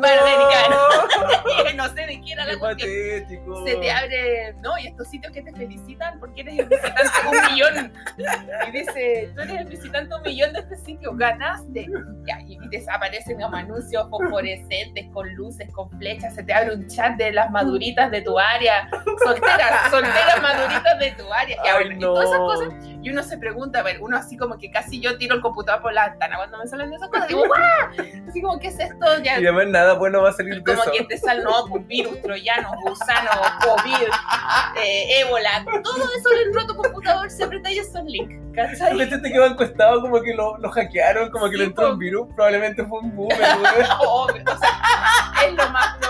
Y no sé de qué era la cuestión. Se te abre, ¿no? Y estos sitios que te felicitan porque eres el visitante 1.000.000. Y dice, tú eres el visitante 1.000.000 de este sitio, ganaste. Ya, y desaparecen como anuncios fosforescentes con luces, con flechas. Se te abre un chat de las maduritas de tu área. Solteras maduritas de tu área. Y todas esas cosas. Y uno se pregunta, a ver, uno así como que casi yo tiro el computador por la ventana cuando me salen esas cosas. Digo, ¡guau! Así como, ¿qué es esto? Ya, y además nada bueno va a salir de eso. Como que te salen virus, troyanos, gusanos, COVID, ébola. Todo eso le entró a tu computador, se aprieta y esos links. ¿Cachai? La gente que va encostado como que lo hackearon, como que le entró un virus. Probablemente fue un boomer. O sea, es lo más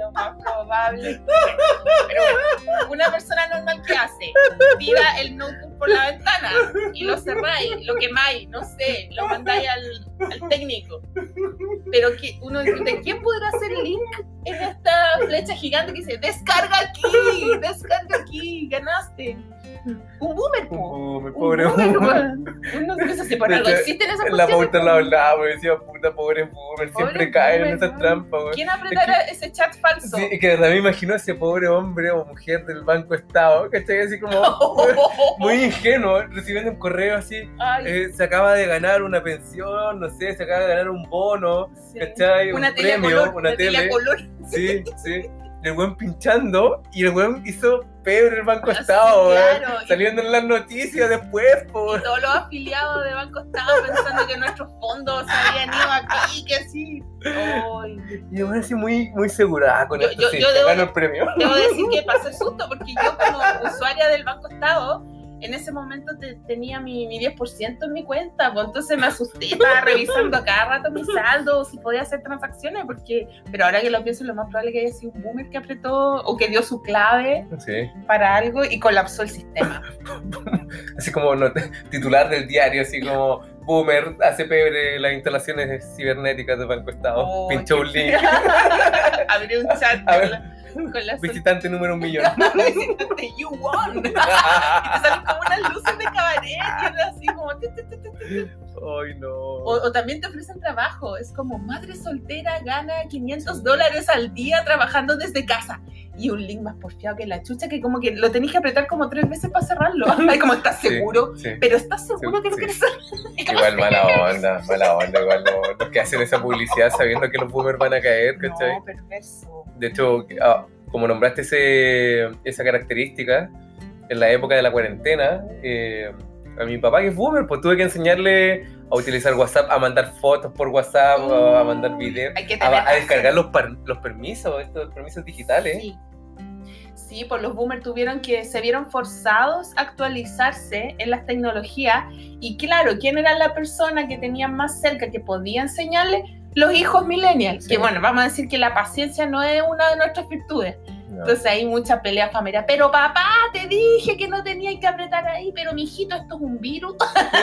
probable. Pero bueno, una persona normal, ¿qué hace? Tira el notebook por la ventana y lo cerráis, lo quemáis, no sé, lo mandáis al técnico. Pero que uno dice, ¿de quién podrá hacer el link en esta flecha gigante que dice descarga aquí, ganaste? Un boomer, Pobre boomer. Uno no sé si por algo existen esas en la cuestiones. pauta la hablaba, me decía, puta, pobre boomer, siempre caen en esas trampas, güey. ¿Quién apretará ese chat falso? Sí, que de verdad me imagino a ese pobre hombre o mujer del Banco Estado, ¿cachai? Así como muy ingenuo, recibiendo un correo así, se acaba de ganar una pensión, no sé, se acaba de ganar un bono, Sí. ¿cachai? Una un tele a premio, color, una tele. a color. Sí, sí. El weón pinchando y el weón hizo peor el Banco Ah, Estado, sí, weón. claro. Saliendo en las noticias después, po. Y todos los afiliados de Banco Estado pensando que nuestros fondos se habían ido aquí, que así. Ay. Y el weón así muy, muy segura con esto, sí, yo ganó el premio. Debo decir que pasé susto porque yo como usuaria del Banco Estado en ese momento tenía mi 10% en mi cuenta, pues entonces me asusté, estaba revisando cada rato mi saldo, si podía hacer transacciones, pero ahora que lo pienso, lo más probable es que haya sido un boomer que apretó o que dio su clave para algo y colapsó el sistema. Así como titular del diario, así como boomer hace pebre las instalaciones cibernéticas del Banco Estado, pinchó un link. Abrió un chat con la visitante número 1.000.000. Visitante, you won. Y te salen como unas luces de cabaret y es así como Ay, no. O también te ofrecen trabajo, es como madre soltera gana $500 al día trabajando desde casa y un link más porfiado que la chucha que como que lo tenés que apretar como 3 veces para cerrarlo. Ay, como estás seguro, pero estás seguro que no quieres cerrar. Igual mala onda, igual los que hacen esa publicidad sabiendo que los boomers van a caer, ¿cachai? No, perverso. De hecho, como nombraste esa característica, en la época de la cuarentena, a mi papá que es boomer, pues tuve que enseñarle a utilizar WhatsApp, a mandar fotos por WhatsApp, a mandar videos, a descargar los permisos, estos permisos digitales. Sí, pues los boomers se vieron forzados a actualizarse en las tecnologías y claro, ¿quién era la persona que tenían más cerca que podía enseñarle? Los hijos millennials, sí. Que bueno, vamos a decir que la paciencia no es una de nuestras virtudes. No. Entonces hay mucha pelea familiar. Pero papá, te dije que no tenía que apretar ahí, pero mijito, esto es un virus.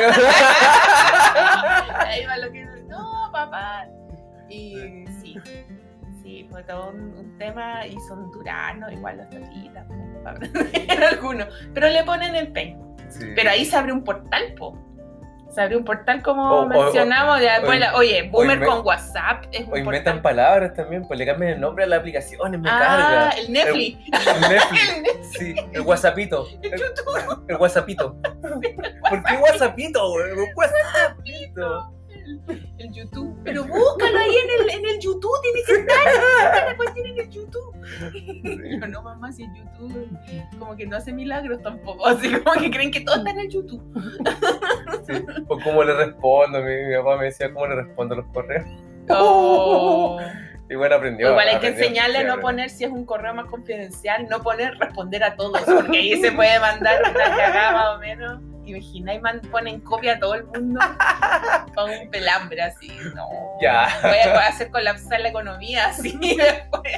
Ahí va lo que no, papá. Y sí, fue todo un tema y son duranos, igual los toquitas, algunos. Pero le ponen empeño. Sí. Pero ahí se abre un portal, Se abrió un portal como mencionamos. Después oye, boomer con WhatsApp es un portal. O inventan palabras también, pues le cambian el nombre a la aplicación, me carga. El Netflix. El Netflix. Sí, el WhatsAppito. El YouTube. El WhatsAppito. ¿Por qué WhatsAppito, güey? WhatsAppito. El YouTube. Pero búscalo ahí en el YouTube, tiene que estar. Busca la cuestión en el YouTube. Pero no, mamá, si el YouTube como que no hace milagros tampoco. Así como que creen que todo está en el YouTube. Sí. O cómo le respondo, mi papá me decía cómo le respondo a los correos. Oh. Y bueno, aprendió. Igual hay que enseñarle a no poner, si es un correo más confidencial, no poner responder a todos, porque ahí se puede mandar una cagada más o menos. Imagináis, ponen copia a todo el mundo con un pelambre así. No. Ya. Voy a hacer colapsar la economía así después.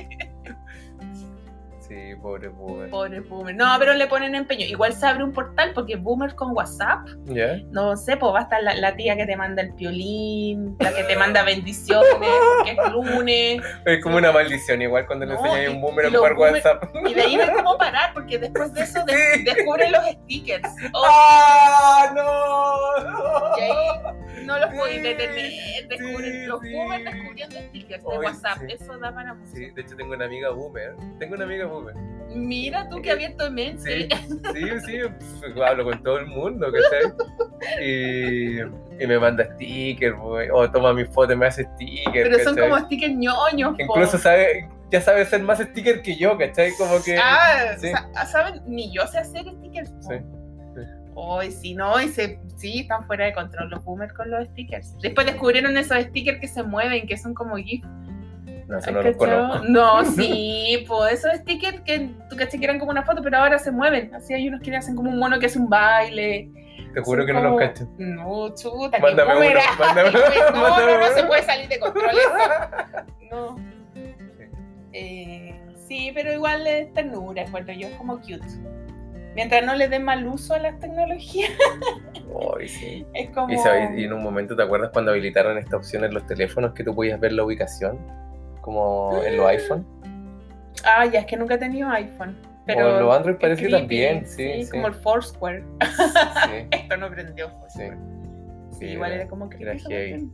Sí, pobre boomer. Pobre boomer. No, pero le ponen empeño. Igual se abre un portal porque boomers con WhatsApp. ¿Ya? No sé, pues va a estar la tía que te manda el piolín, la que te manda bendiciones porque es lunes. Es como una maldición, igual cuando le enseñas a un boomer a jugar WhatsApp. Y de ahí no hay cómo parar, porque después de eso descubren los stickers. ¡Ah, no! Y ahí no los podéis detener. Descubren los boomers descubriendo stickers de WhatsApp. Sí. Eso da para mucho. Sí, de hecho tengo una amiga boomer. Mira tú que abierto de mente. Sí, hablo con todo el mundo, ¿cachai? Y me manda stickers, o toma mis fotos y me hace stickers. Pero son como stickers ñoños. Incluso ya sabe hacer más stickers que yo, ¿cachai? Como que... ¿saben? Ni yo sé hacer stickers. Sí. Hoy sí, están fuera de control los boomers con los stickers. Después descubrieron esos stickers que se mueven, que son como GIF. No, eso no los conozco. No, sí, pues esos stickers que tú caché que eran como una foto, pero ahora se mueven. Así hay unos que hacen como un mono que hace un baile. Te juro que no los cacho. No, chuta, mándame uno. No se puede salir de control eso. No. Sí, pero igual es ternura, encuentro yo, es como cute. Mientras no le den mal uso a las tecnologías. Ay, sí. Es como... Y en un momento, ¿te acuerdas cuando habilitaron esta opción en los teléfonos que tú podías ver la ubicación? Como en los iPhone. Ah, ya, es que nunca he tenido iPhone. Pero o en los Android parece creepy, también, sí. como el Foursquare. Sí. Esto no prendió Foursquare. Sí, igual era como creepy. Era heavy.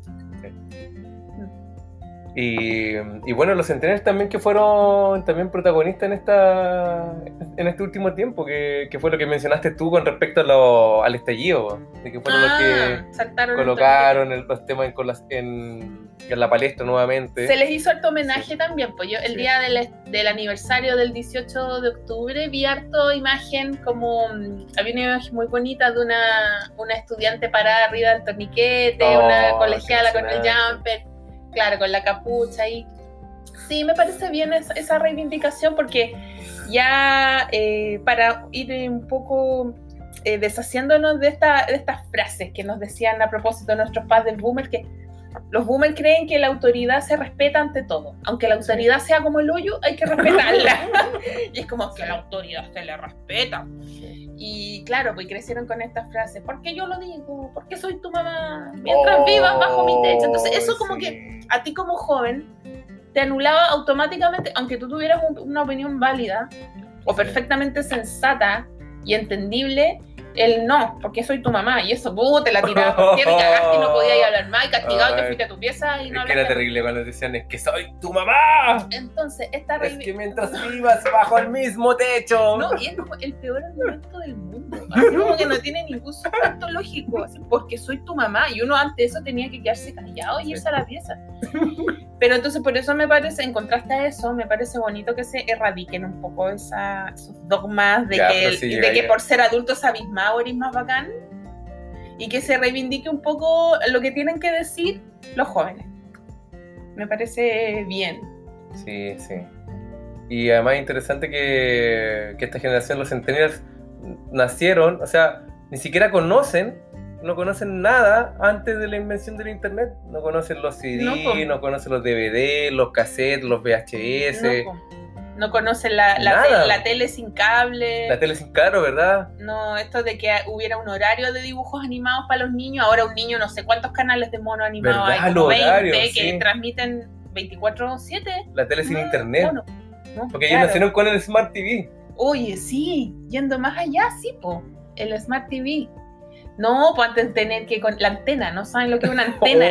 Y bueno, los Centennials también que fueron también protagonistas en este último tiempo, que fue lo que mencionaste tú con respecto al estallido, de que fueron los que colocaron los temas en la palestra nuevamente. Se les hizo harto homenaje también, pues yo el día del aniversario del 18 de octubre vi harto imagen, como había una imagen muy bonita de una estudiante parada arriba del torniquete, una colegiala con el jumper. Claro, con la capucha y sí, me parece bien esa reivindicación porque ya para ir un poco deshaciéndonos de estas frases que nos decían a propósito de nuestros padres boomers, que los boomers creen que la autoridad se respeta ante todo. Aunque la autoridad sea como el hoyo, hay que respetarla. Y es como que la autoridad se le respeta. Y claro, pues crecieron con estas frases. ¿Por qué yo lo digo? ¿Por qué soy tu mamá? Mientras vivas bajo mi techo. Entonces eso como que a ti como joven te anulaba automáticamente, aunque tú tuvieras una opinión válida o perfectamente sensata y entendible, el no, porque soy tu mamá, y eso, te la tiraba por tierra y cagaste y no podías ir a hablar más, y castigado te fuiste a tu pieza y no hablaste. Es que era terrible cuando decían, es que soy tu mamá. Entonces, es que mientras vivas bajo el mismo techo. No, y es como el peor argumento del mundo. Así como que no tiene ningún sustento lógico, así, porque soy tu mamá, y uno ante eso tenía que quedarse callado y irse a la pieza. Pero entonces, por eso me parece, en contraste a eso, me parece bonito que se erradiquen un poco esos dogmas de que por ser adultos sabís más o eres más bacán, y que se reivindique un poco lo que tienen que decir los jóvenes. Me parece bien. Sí. Y además es interesante que esta generación, los Centennials, nacieron, o sea, ni siquiera no conocen nada antes de la invención del internet. No conocen los CD, no conocen los DVD, los cassettes, los VHS. No conocen la tele sin cable. La tele sin cable, ¿verdad? No, esto de que hubiera un horario de dibujos animados para los niños. Ahora un niño, no sé cuántos canales de mono animados hay, como 20 que transmiten 24/7. La tele sin internet. No, porque ellos nacieron con el Smart TV. Oye, sí, yendo más allá, sí, el Smart TV. No, pues antes de tener que con la antena, no saben lo que es una antena.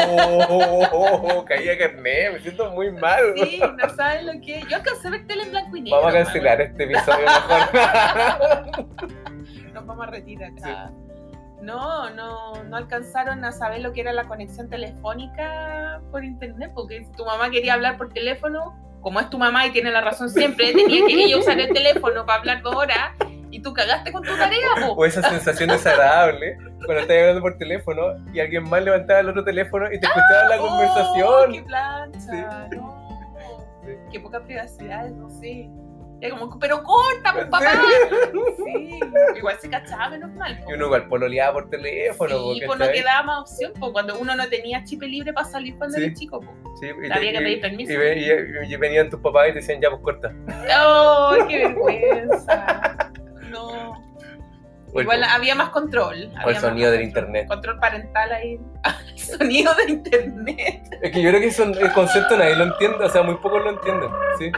Caía carnet, me siento muy mal. Sí, no saben lo que es. Yo alcancé a ver tele en blanco y negro. Vamos a cancelar este episodio mejor. Nos vamos a retirar acá. Sí. No alcanzaron a saber lo que era la conexión telefónica por internet, porque si tu mamá quería hablar por teléfono, como es tu mamá y tiene la razón siempre, tenía que ella usar el teléfono para hablar 2 horas. Y tú cagaste con tu tarea, O esa sensación desagradable cuando estás hablando por teléfono y alguien más levantaba el otro teléfono y te escuchaba la conversación. ¡Qué plancha! Sí. No. Sí. Qué poca privacidad, no sé. Era como, pero corta, pues, papá. Sí. Igual se cachaba menos mal. Y uno igual pololeaba por teléfono. Sí, pues no quedaba más opción, pues cuando uno no tenía chip libre para salir cuando era chico, pues. Sí, había que pedir permiso. Y venían tus papás y te decían, ya, pues corta. ¡Ay, qué vergüenza! No. Igual había más control. O el sonido del internet. Control parental ahí. El sonido de internet. Es que yo creo que el concepto nadie lo entiende, o sea, muy pocos lo entienden, ¿sí?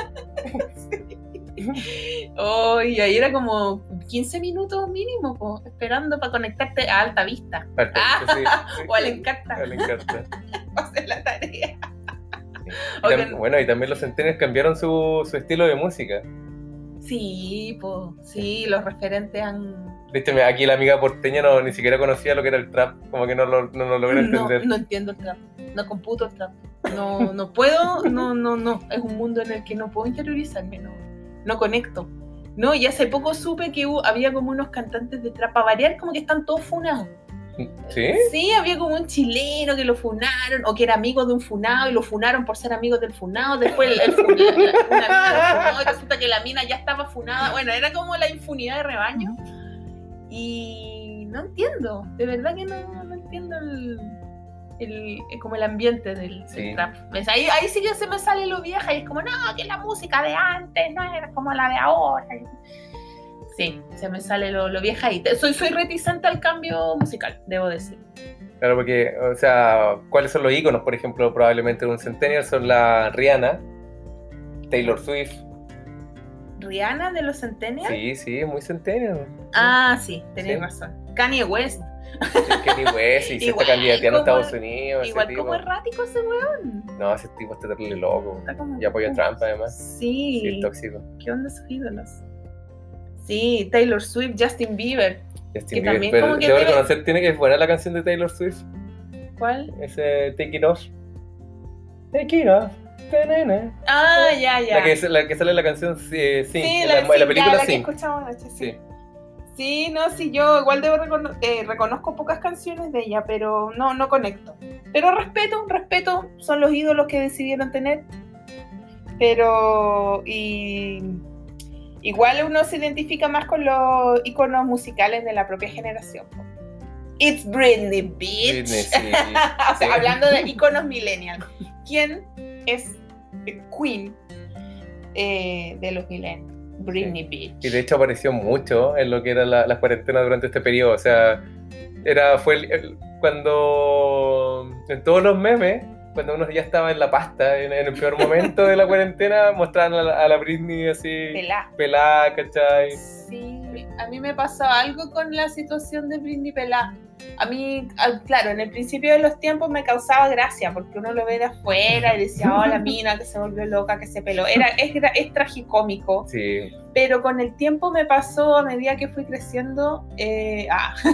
Y ahí era como 15 minutos mínimo, esperando para conectarte a Alta Vista. Sí. O al Encarta. Para hacer la tarea. Bueno, y también los Centennials cambiaron su estilo de música. Sí, los referentes han... Viste, aquí la amiga porteña ni siquiera conocía lo que era el trap, como que no lo logra entender. No entiendo el trap, no computo el trap, no puedo, no, es un mundo en el que no puedo interiorizarme, no conecto. No, y hace poco supe que había como unos cantantes de trap, a variar, como que están todos funados. ¿Sí? Sí, había como un chileno que lo funaron, o que era amigo de un funado y lo funaron por ser amigos del funado. Después una mina lo funó y resulta que la mina ya estaba funada. Bueno, era como la infunidad de rebaño. Y no entiendo, de verdad que no entiendo como el ambiente del trap. Ahí sí que se me sale lo vieja y es como, no, que la música de antes no era como la de ahora. Sí, se me sale lo vieja ahí. Soy reticente al cambio musical, debo decir. Claro, porque, o sea, ¿cuáles son los íconos? Por ejemplo, probablemente de un Centennial son la Rihanna, Taylor Swift. ¿Rihanna de los Centennials? Sí, sí, es muy Centennial. Ah, sí, tenés Sí. razón. Kanye West. Kanye West y se está Igual candidateando a como- Estados Unidos. ese Igual tipo. como errático ese weón. No, ese tipo está terrible loco. Está como- Y apoya a Trump, además. Sí. Sí, es tóxico. ¿Qué onda sus ídolos? Sí, Taylor Swift, Justin Bieber. Justin Que Bieber. también Pero como que debo tiene- reconocer, tiene que es buena la canción de Taylor Swift. ¿Cuál? Ese Take It Off. Take It Off. Ta-na-na. Ah, ya. La que sale en la canción Sing, Sí, en la película la que Sing. escuchamos anoche, sí. Sí. Sí, no, sí, yo igual reconozco pocas canciones de ella, pero no conecto. Pero respeto, son los ídolos que decidieron tener. Pero igual uno se identifica más con los íconos musicales de la propia generación. It's Britney, bitch. Britney, sí. O sea, Sí. hablando de íconos millennials. ¿Quién es Queen de los millennials? Britney, bitch. Y de hecho apareció mucho en lo que era la cuarentena durante este periodo. O sea, fue cuando en todos los memes, cuando uno ya estaba en la pasta, en el peor momento de la cuarentena, mostraban a la Britney así pelada, ¿cachai? Sí, a mí me pasó algo con la situación de Britney pelá. A mí, claro, en el principio de los tiempos me causaba gracia, porque uno lo ve de afuera y decía, oh, la mina que se volvió loca, que se peló. Es tragicómico. Sí. Pero con el tiempo me pasó, a medida que fui creciendo, fui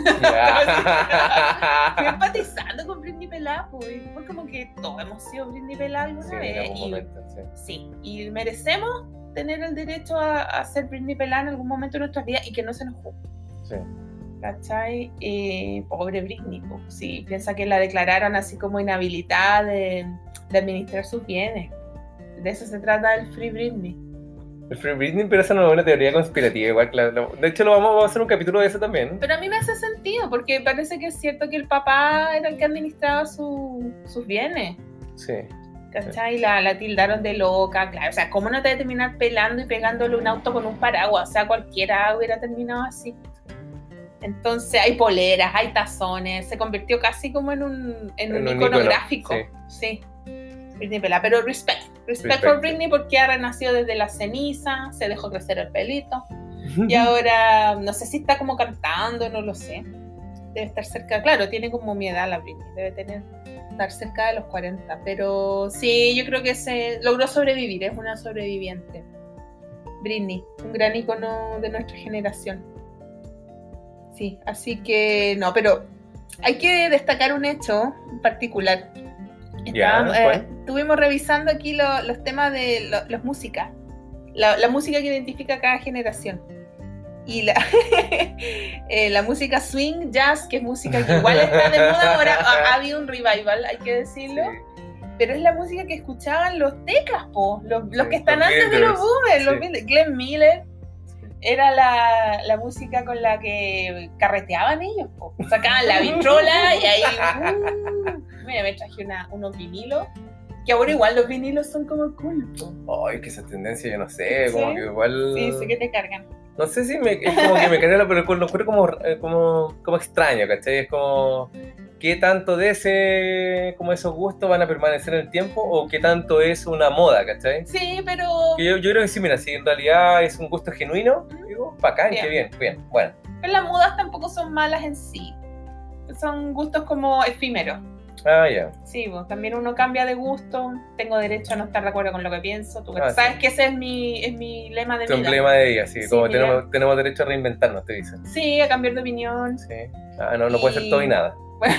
empatizando con Britney pelá, pues, fue como que todos hemos sido Britney pelá alguna Sí, en vez. algún momento, sí. Sí, y merecemos tener el derecho a ser Britney pelá en algún momento de nuestras vidas y que no se nos juzgue. Sí. ¿Cachai? Pobre Britney, pues, sí, piensa que la declararon así como inhabilitada de administrar sus bienes. De eso se trata el Free Britney. El Free Britney, pero esa no es una teoría conspirativa, igual. De hecho, vamos a hacer un capítulo de eso también. Pero a mí me hace sentido, porque parece que es cierto que el papá era el que administraba sus bienes. Sí. ¿Cachai? La tildaron de loca, claro. O sea, ¿cómo no te va a terminar pelando y pegándole un auto con un paraguas? O sea, cualquiera hubiera terminado así. Entonces hay poleras, hay tazones, se convirtió casi como en un icono gráfico. Sí. Britney pelá, pero respect por Britney porque ha renacido desde la ceniza, se dejó crecer el pelito y ahora no sé si está como cantando, no lo sé. Debe estar cerca, claro, tiene como mi edad la Britney, debe estar cerca de los 40, pero sí, yo creo que se logró sobrevivir, es una sobreviviente. Britney, un gran icono de nuestra generación. Sí, así que no, pero hay que destacar un hecho en particular. Estuvimos revisando aquí los temas de las músicas, la música que identifica a cada generación. Y la música swing, jazz, que es música que igual está de moda ahora, ha habido un revival, hay que decirlo. Sí. Pero es la música que escuchaban los tecas, los que están antes de los boomers, los Beatles. Glenn Miller. Era la música con la que carreteaban ellos, sacaban la vitrola y ahí mira, me traje unos vinilos, que ahora igual los vinilos son como cool. Ay, que esa tendencia, yo no sé, ¿sí? Como que igual... Sí, sé que te cargan. No sé si es como que me carga, pero lo encuentro como extraño, ¿cachai? Es como... ¿Qué tanto de esos gustos van a permanecer en el tiempo o qué tanto es una moda, ¿cachai? Sí, pero... Yo creo que sí, mira, si en realidad es un gusto genuino, digo, bacán, qué bien, bueno. Pero las modas tampoco son malas en sí, son gustos como efímeros. Ah, ya. Sí, pues, también uno cambia de gusto, tengo derecho a no estar de acuerdo con lo que pienso, tú sabes que ese es mi lema de vida. Tu emblema de vida, sí, como tenemos derecho a reinventarnos, te dicen. Sí, a cambiar de opinión. Sí, no puede ser todo y nada.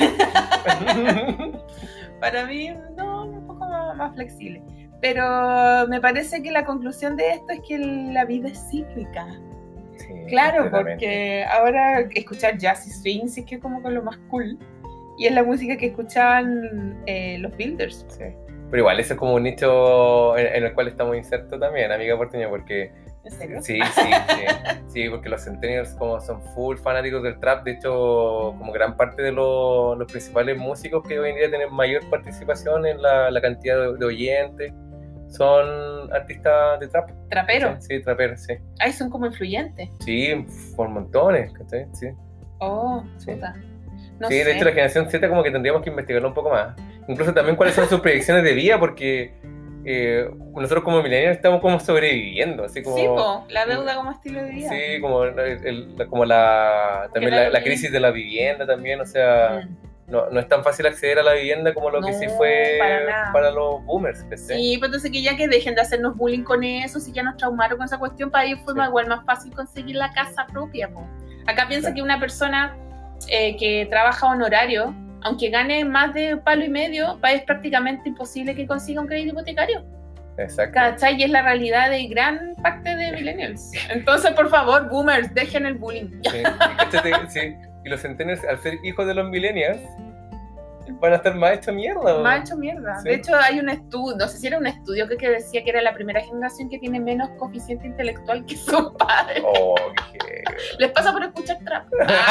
Para mí, no, un poco más flexible. Pero me parece que la conclusión de esto es que la vida es cíclica. Sí, claro, porque ahora escuchar jazz y swing sí que es como con lo más cool. Y es la música que escuchaban los Builders. Sí. Pero igual, eso es como un nicho en el cual estamos insertos también, amiga porteña, porque... ¿En serio? Sí, porque los Centennials como son full fanáticos del trap, de hecho, como gran parte de los principales músicos que hoy en día tienen mayor participación en la cantidad de oyentes, son artistas de trap. Trapero. Sí, traperos, sí. Ahí son como influyentes. Sí, por montones, ¿cachai? Sí. Oh, Sí. puta. No Sí, sé. de hecho la generación Z como que tendríamos que investigarlo un poco más. Incluso también cuáles son sus proyecciones de vida, porque nosotros como millennials estamos como sobreviviendo, así como... Sí, po, la deuda como estilo de vida. Sí, como, como la también Claro, la bien. crisis de la vivienda también, o sea, no es tan fácil acceder a la vivienda como lo que No, sí fue para nada. para los boomers, ¿cachai? Sí, pues entonces que ya que dejen de hacernos bullying con eso, si ya nos traumaron con esa cuestión, para ellos fue Sí. igual más fácil conseguir la casa propia, po. Acá piensa Claro. que una persona que trabaja honorario, aunque gane más de palo y medio, es prácticamente imposible que consiga un crédito hipotecario. Exacto. ¿Cachai? Y es la realidad de gran parte de millennials. Entonces, por favor, boomers, dejen el bullying. Sí, y cáchate, sí. Y los centennials, al ser hijos de los millennials, van a estar más hechos mierda. Más hecho mierda. Sí. De hecho, hay un estudio, no sé si era un estudio que decía que era la primera generación que tiene menos coeficiente intelectual que sus padres. Oh, qué Les pasa por escuchar trap.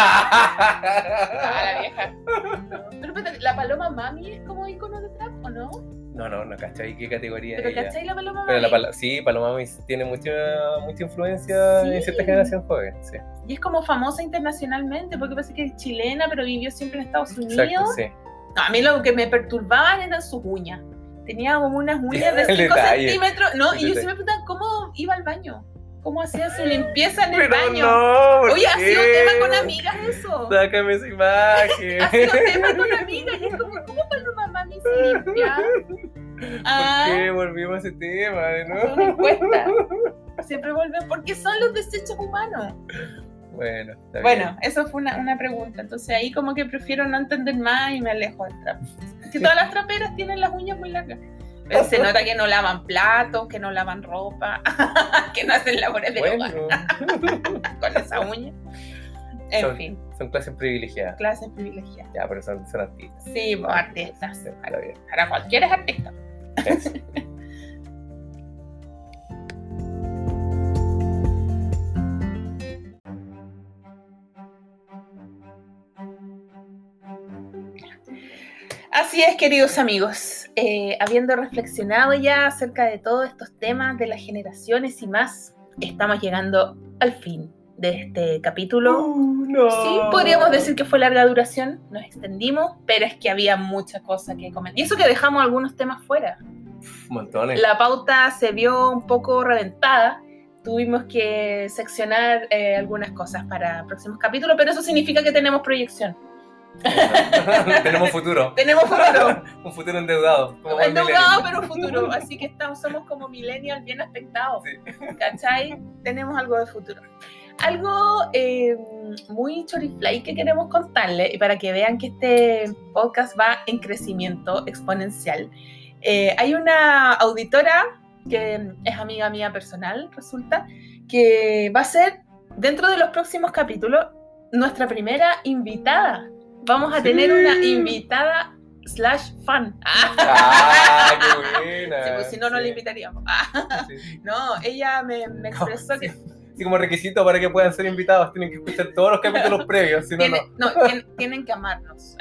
La vieja. No. Pero espérate, ¿la paloma mami es como icono de trap o no? No, ¿cachai? ¿Qué categoría Pero es ella? ¿cachai la paloma Pero mami? sí, Paloma Mami tiene mucha influencia Sí. en cierta generación joven, sí. Y es como famosa internacionalmente porque parece que es chilena, pero vivió siempre en Estados Unidos. Exacto, sí. No, a mí lo que me perturbaban eran sus uñas. Tenía como unas uñas de El 5 detalle. centímetros. No, El y yo detalle. siempre me preguntaba cómo iba al baño. ¿Cómo hacía su limpieza en el Pero baño? no, ¿por Oye, ha qué? sido tema con amigas eso. Sácame esa imagen. Ha sido tema con amigas. Y es como, ¿cómo Paloma Mami se limpia? ¿Por qué volvimos a ese tema? Fue una encuesta. Siempre vuelven, porque son los desechos humanos. Bueno, está Bueno, bien. eso fue una pregunta. Entonces ahí como que prefiero no entender más y me alejo del trap. Que todas las traperas tienen las uñas muy largas. Pero se nota que no lavan platos, que no lavan ropa, que no hacen labores de hogar Bueno, con esa uña. En fin, son clases privilegiadas. clases privilegiadas. Ya, pero son artistas. Sí, pues, artistas. Sí, está bien. Para cualquiera es artista. Eso. Así es, queridos amigos. Habiendo reflexionado ya acerca de todos estos temas de las generaciones y más, estamos llegando al fin de este capítulo. No. Sí, podríamos decir que fue larga duración, nos extendimos, pero es que había mucha cosa que comentar. Y eso que dejamos algunos temas fuera. Montones. La pauta se vio un poco reventada. Tuvimos que seccionar algunas cosas para próximos capítulos, pero eso significa que tenemos proyección. Tenemos futuro. Tenemos futuro. Un futuro endeudado. como buen Endeudado, millennial. pero futuro. Así que somos como millennials bien aspectados. Sí. ¿Cachai? Tenemos algo de futuro. Algo muy chorifly que queremos contarle, y para que vean que este podcast va en crecimiento exponencial. Hay una auditora que es amiga mía personal, resulta, que va a ser, dentro de los próximos capítulos, nuestra primera invitada. Vamos a tener una invitada /fan. Ah, qué buena. Sí, pues si no, no la invitaríamos. Sí. No, ella me expresó que Sí, como requisito para que puedan ser invitados, tienen que escuchar todos los capítulos previos, si no, no. tienen que amarnos.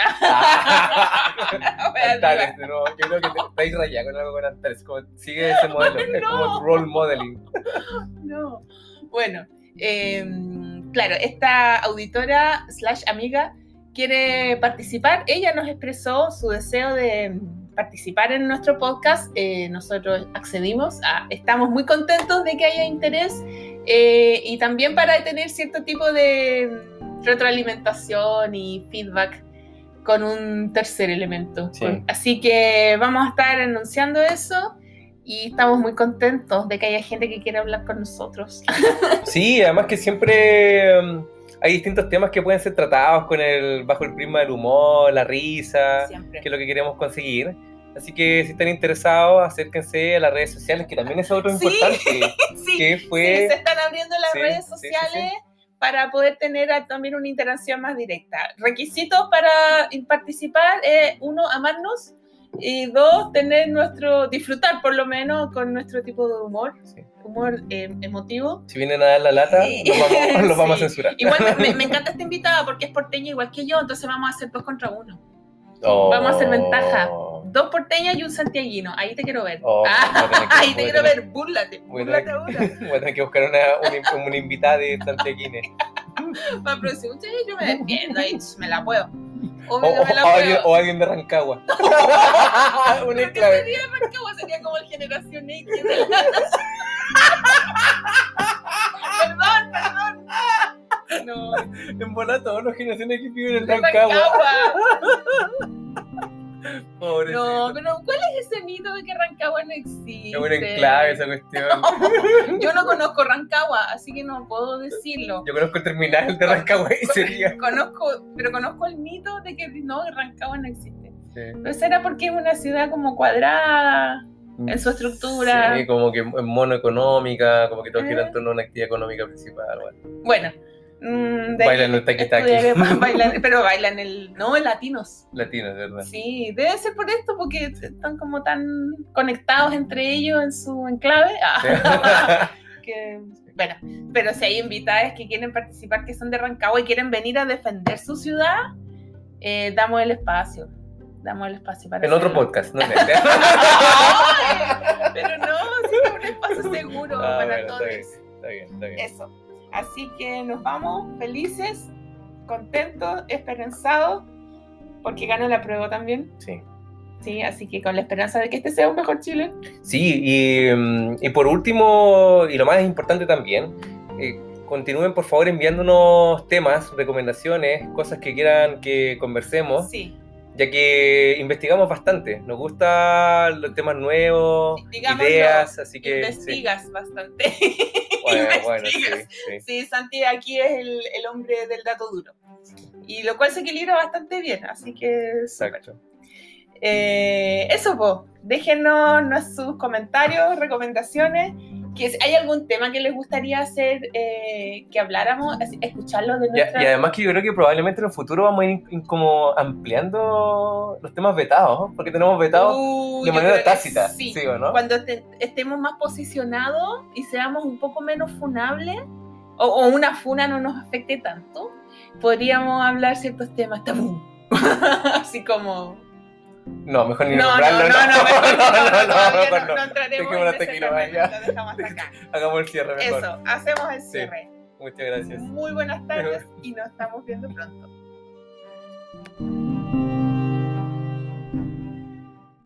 Antares, de nuevo. Yo creo que estáis rayada con algo con Antares. Como, sigue ese modelo, es como tu role modeling. No. Bueno, claro, esta auditora /amiga quiere participar. Ella nos expresó su deseo de participar en nuestro podcast. Nosotros accedimos. Estamos muy contentos de que haya interés y también para tener cierto tipo de retroalimentación y feedback con un tercer elemento. Sí. Así que vamos a estar anunciando eso. Y estamos muy contentos de que haya gente que quiera hablar con nosotros. Sí, además que siempre hay distintos temas que pueden ser tratados bajo el prisma del humor, la risa, Siempre. que es lo que queremos conseguir. Así que si están interesados, acérquense a las redes sociales, que también es otro Sí. importante. Sí, que fue... sí, se están abriendo las Sí, redes sí, sociales sí. para poder tener también una interacción más directa. Requisitos para participar es, 1, amarnos, y 2, disfrutar por lo menos con nuestro tipo de humor, Sí. humor emotivo. Si vienen a dar la lata, Sí. los vamos Sí. a censurar. Igual me encanta esta invitada porque es porteña igual que yo, entonces vamos a hacer 2 contra 1. Oh. Vamos a hacer ventaja. 2 porteñas y un santiaguino. Ahí te quiero ver. Oh, Ahí te quiero ver. Búrlate ahora. Voy a tener que buscar una invitada de santiaguines. Para próximo, yo me defiendo y me la puedo. O alguien de Rancagua. Una clave. Sería de Rancagua, sería como el Generación X. Perdón. No. En bola todos los Generaciones que viven en De Rancagua. Pobrecito. No, pero ¿cuál es ese mito de que Rancagua no existe? Es un enclave esa cuestión. No, yo no conozco Rancagua, así que no puedo decirlo. Yo conozco el terminal de Rancagua y sería. Conozco el mito de que no, Rancagua no existe. Sí. Pero será porque es una ciudad como cuadrada en su estructura. Sí, como que monoeconómica, como que todos giran en torno a una actividad económica principal. Bueno. Bailan el taqui-taqui. Pero bailan latinos. Latinos, ¿verdad? Sí, debe ser por esto, porque están como tan conectados entre ellos en su enclave. Bueno, pero si hay invitadas que quieren participar, que son de Rancagua y quieren venir a defender su ciudad, damos el espacio. Para en hacerlo. otro podcast, ¿no? Pero no, sí que es un espacio seguro para todos. Está bien. Eso. Así que nos vamos felices, contentos, esperanzados, porque ganó la prueba también. Sí, así que con la esperanza de que este sea un mejor Chile. Sí, y por último, y lo más importante también, continúen por favor enviándonos temas, recomendaciones, cosas que quieran que conversemos. Sí. Ya que investigamos bastante, nos gustan los temas nuevos, ideas, así que... Investigas bastante. Bueno, sí. Sí, Santi aquí es el hombre del dato duro. Y lo cual se equilibra bastante bien, así que... Exacto. Eso, pues. Déjenos sus comentarios, recomendaciones. Que si hay algún tema que les gustaría hacer, que habláramos, escucharlo de nuestra... Y además que yo creo que probablemente en el futuro vamos a ir como ampliando los temas vetados, ¿no? Porque tenemos vetados de manera tácita, sí, ¿sí o no? Cuando estemos más posicionados y seamos un poco menos funables, o una funa no nos afecte tanto, podríamos hablar ciertos temas tabú. Así como... No, mejor ni No, nombrarlo. mejor no entraremos Dejémoslo hasta aquí nomás, ya. lo dejamos hasta acá. Hagamos el cierre mejor. Eso, hacemos el cierre. Muchas gracias. Muy buenas tardes y nos estamos viendo pronto.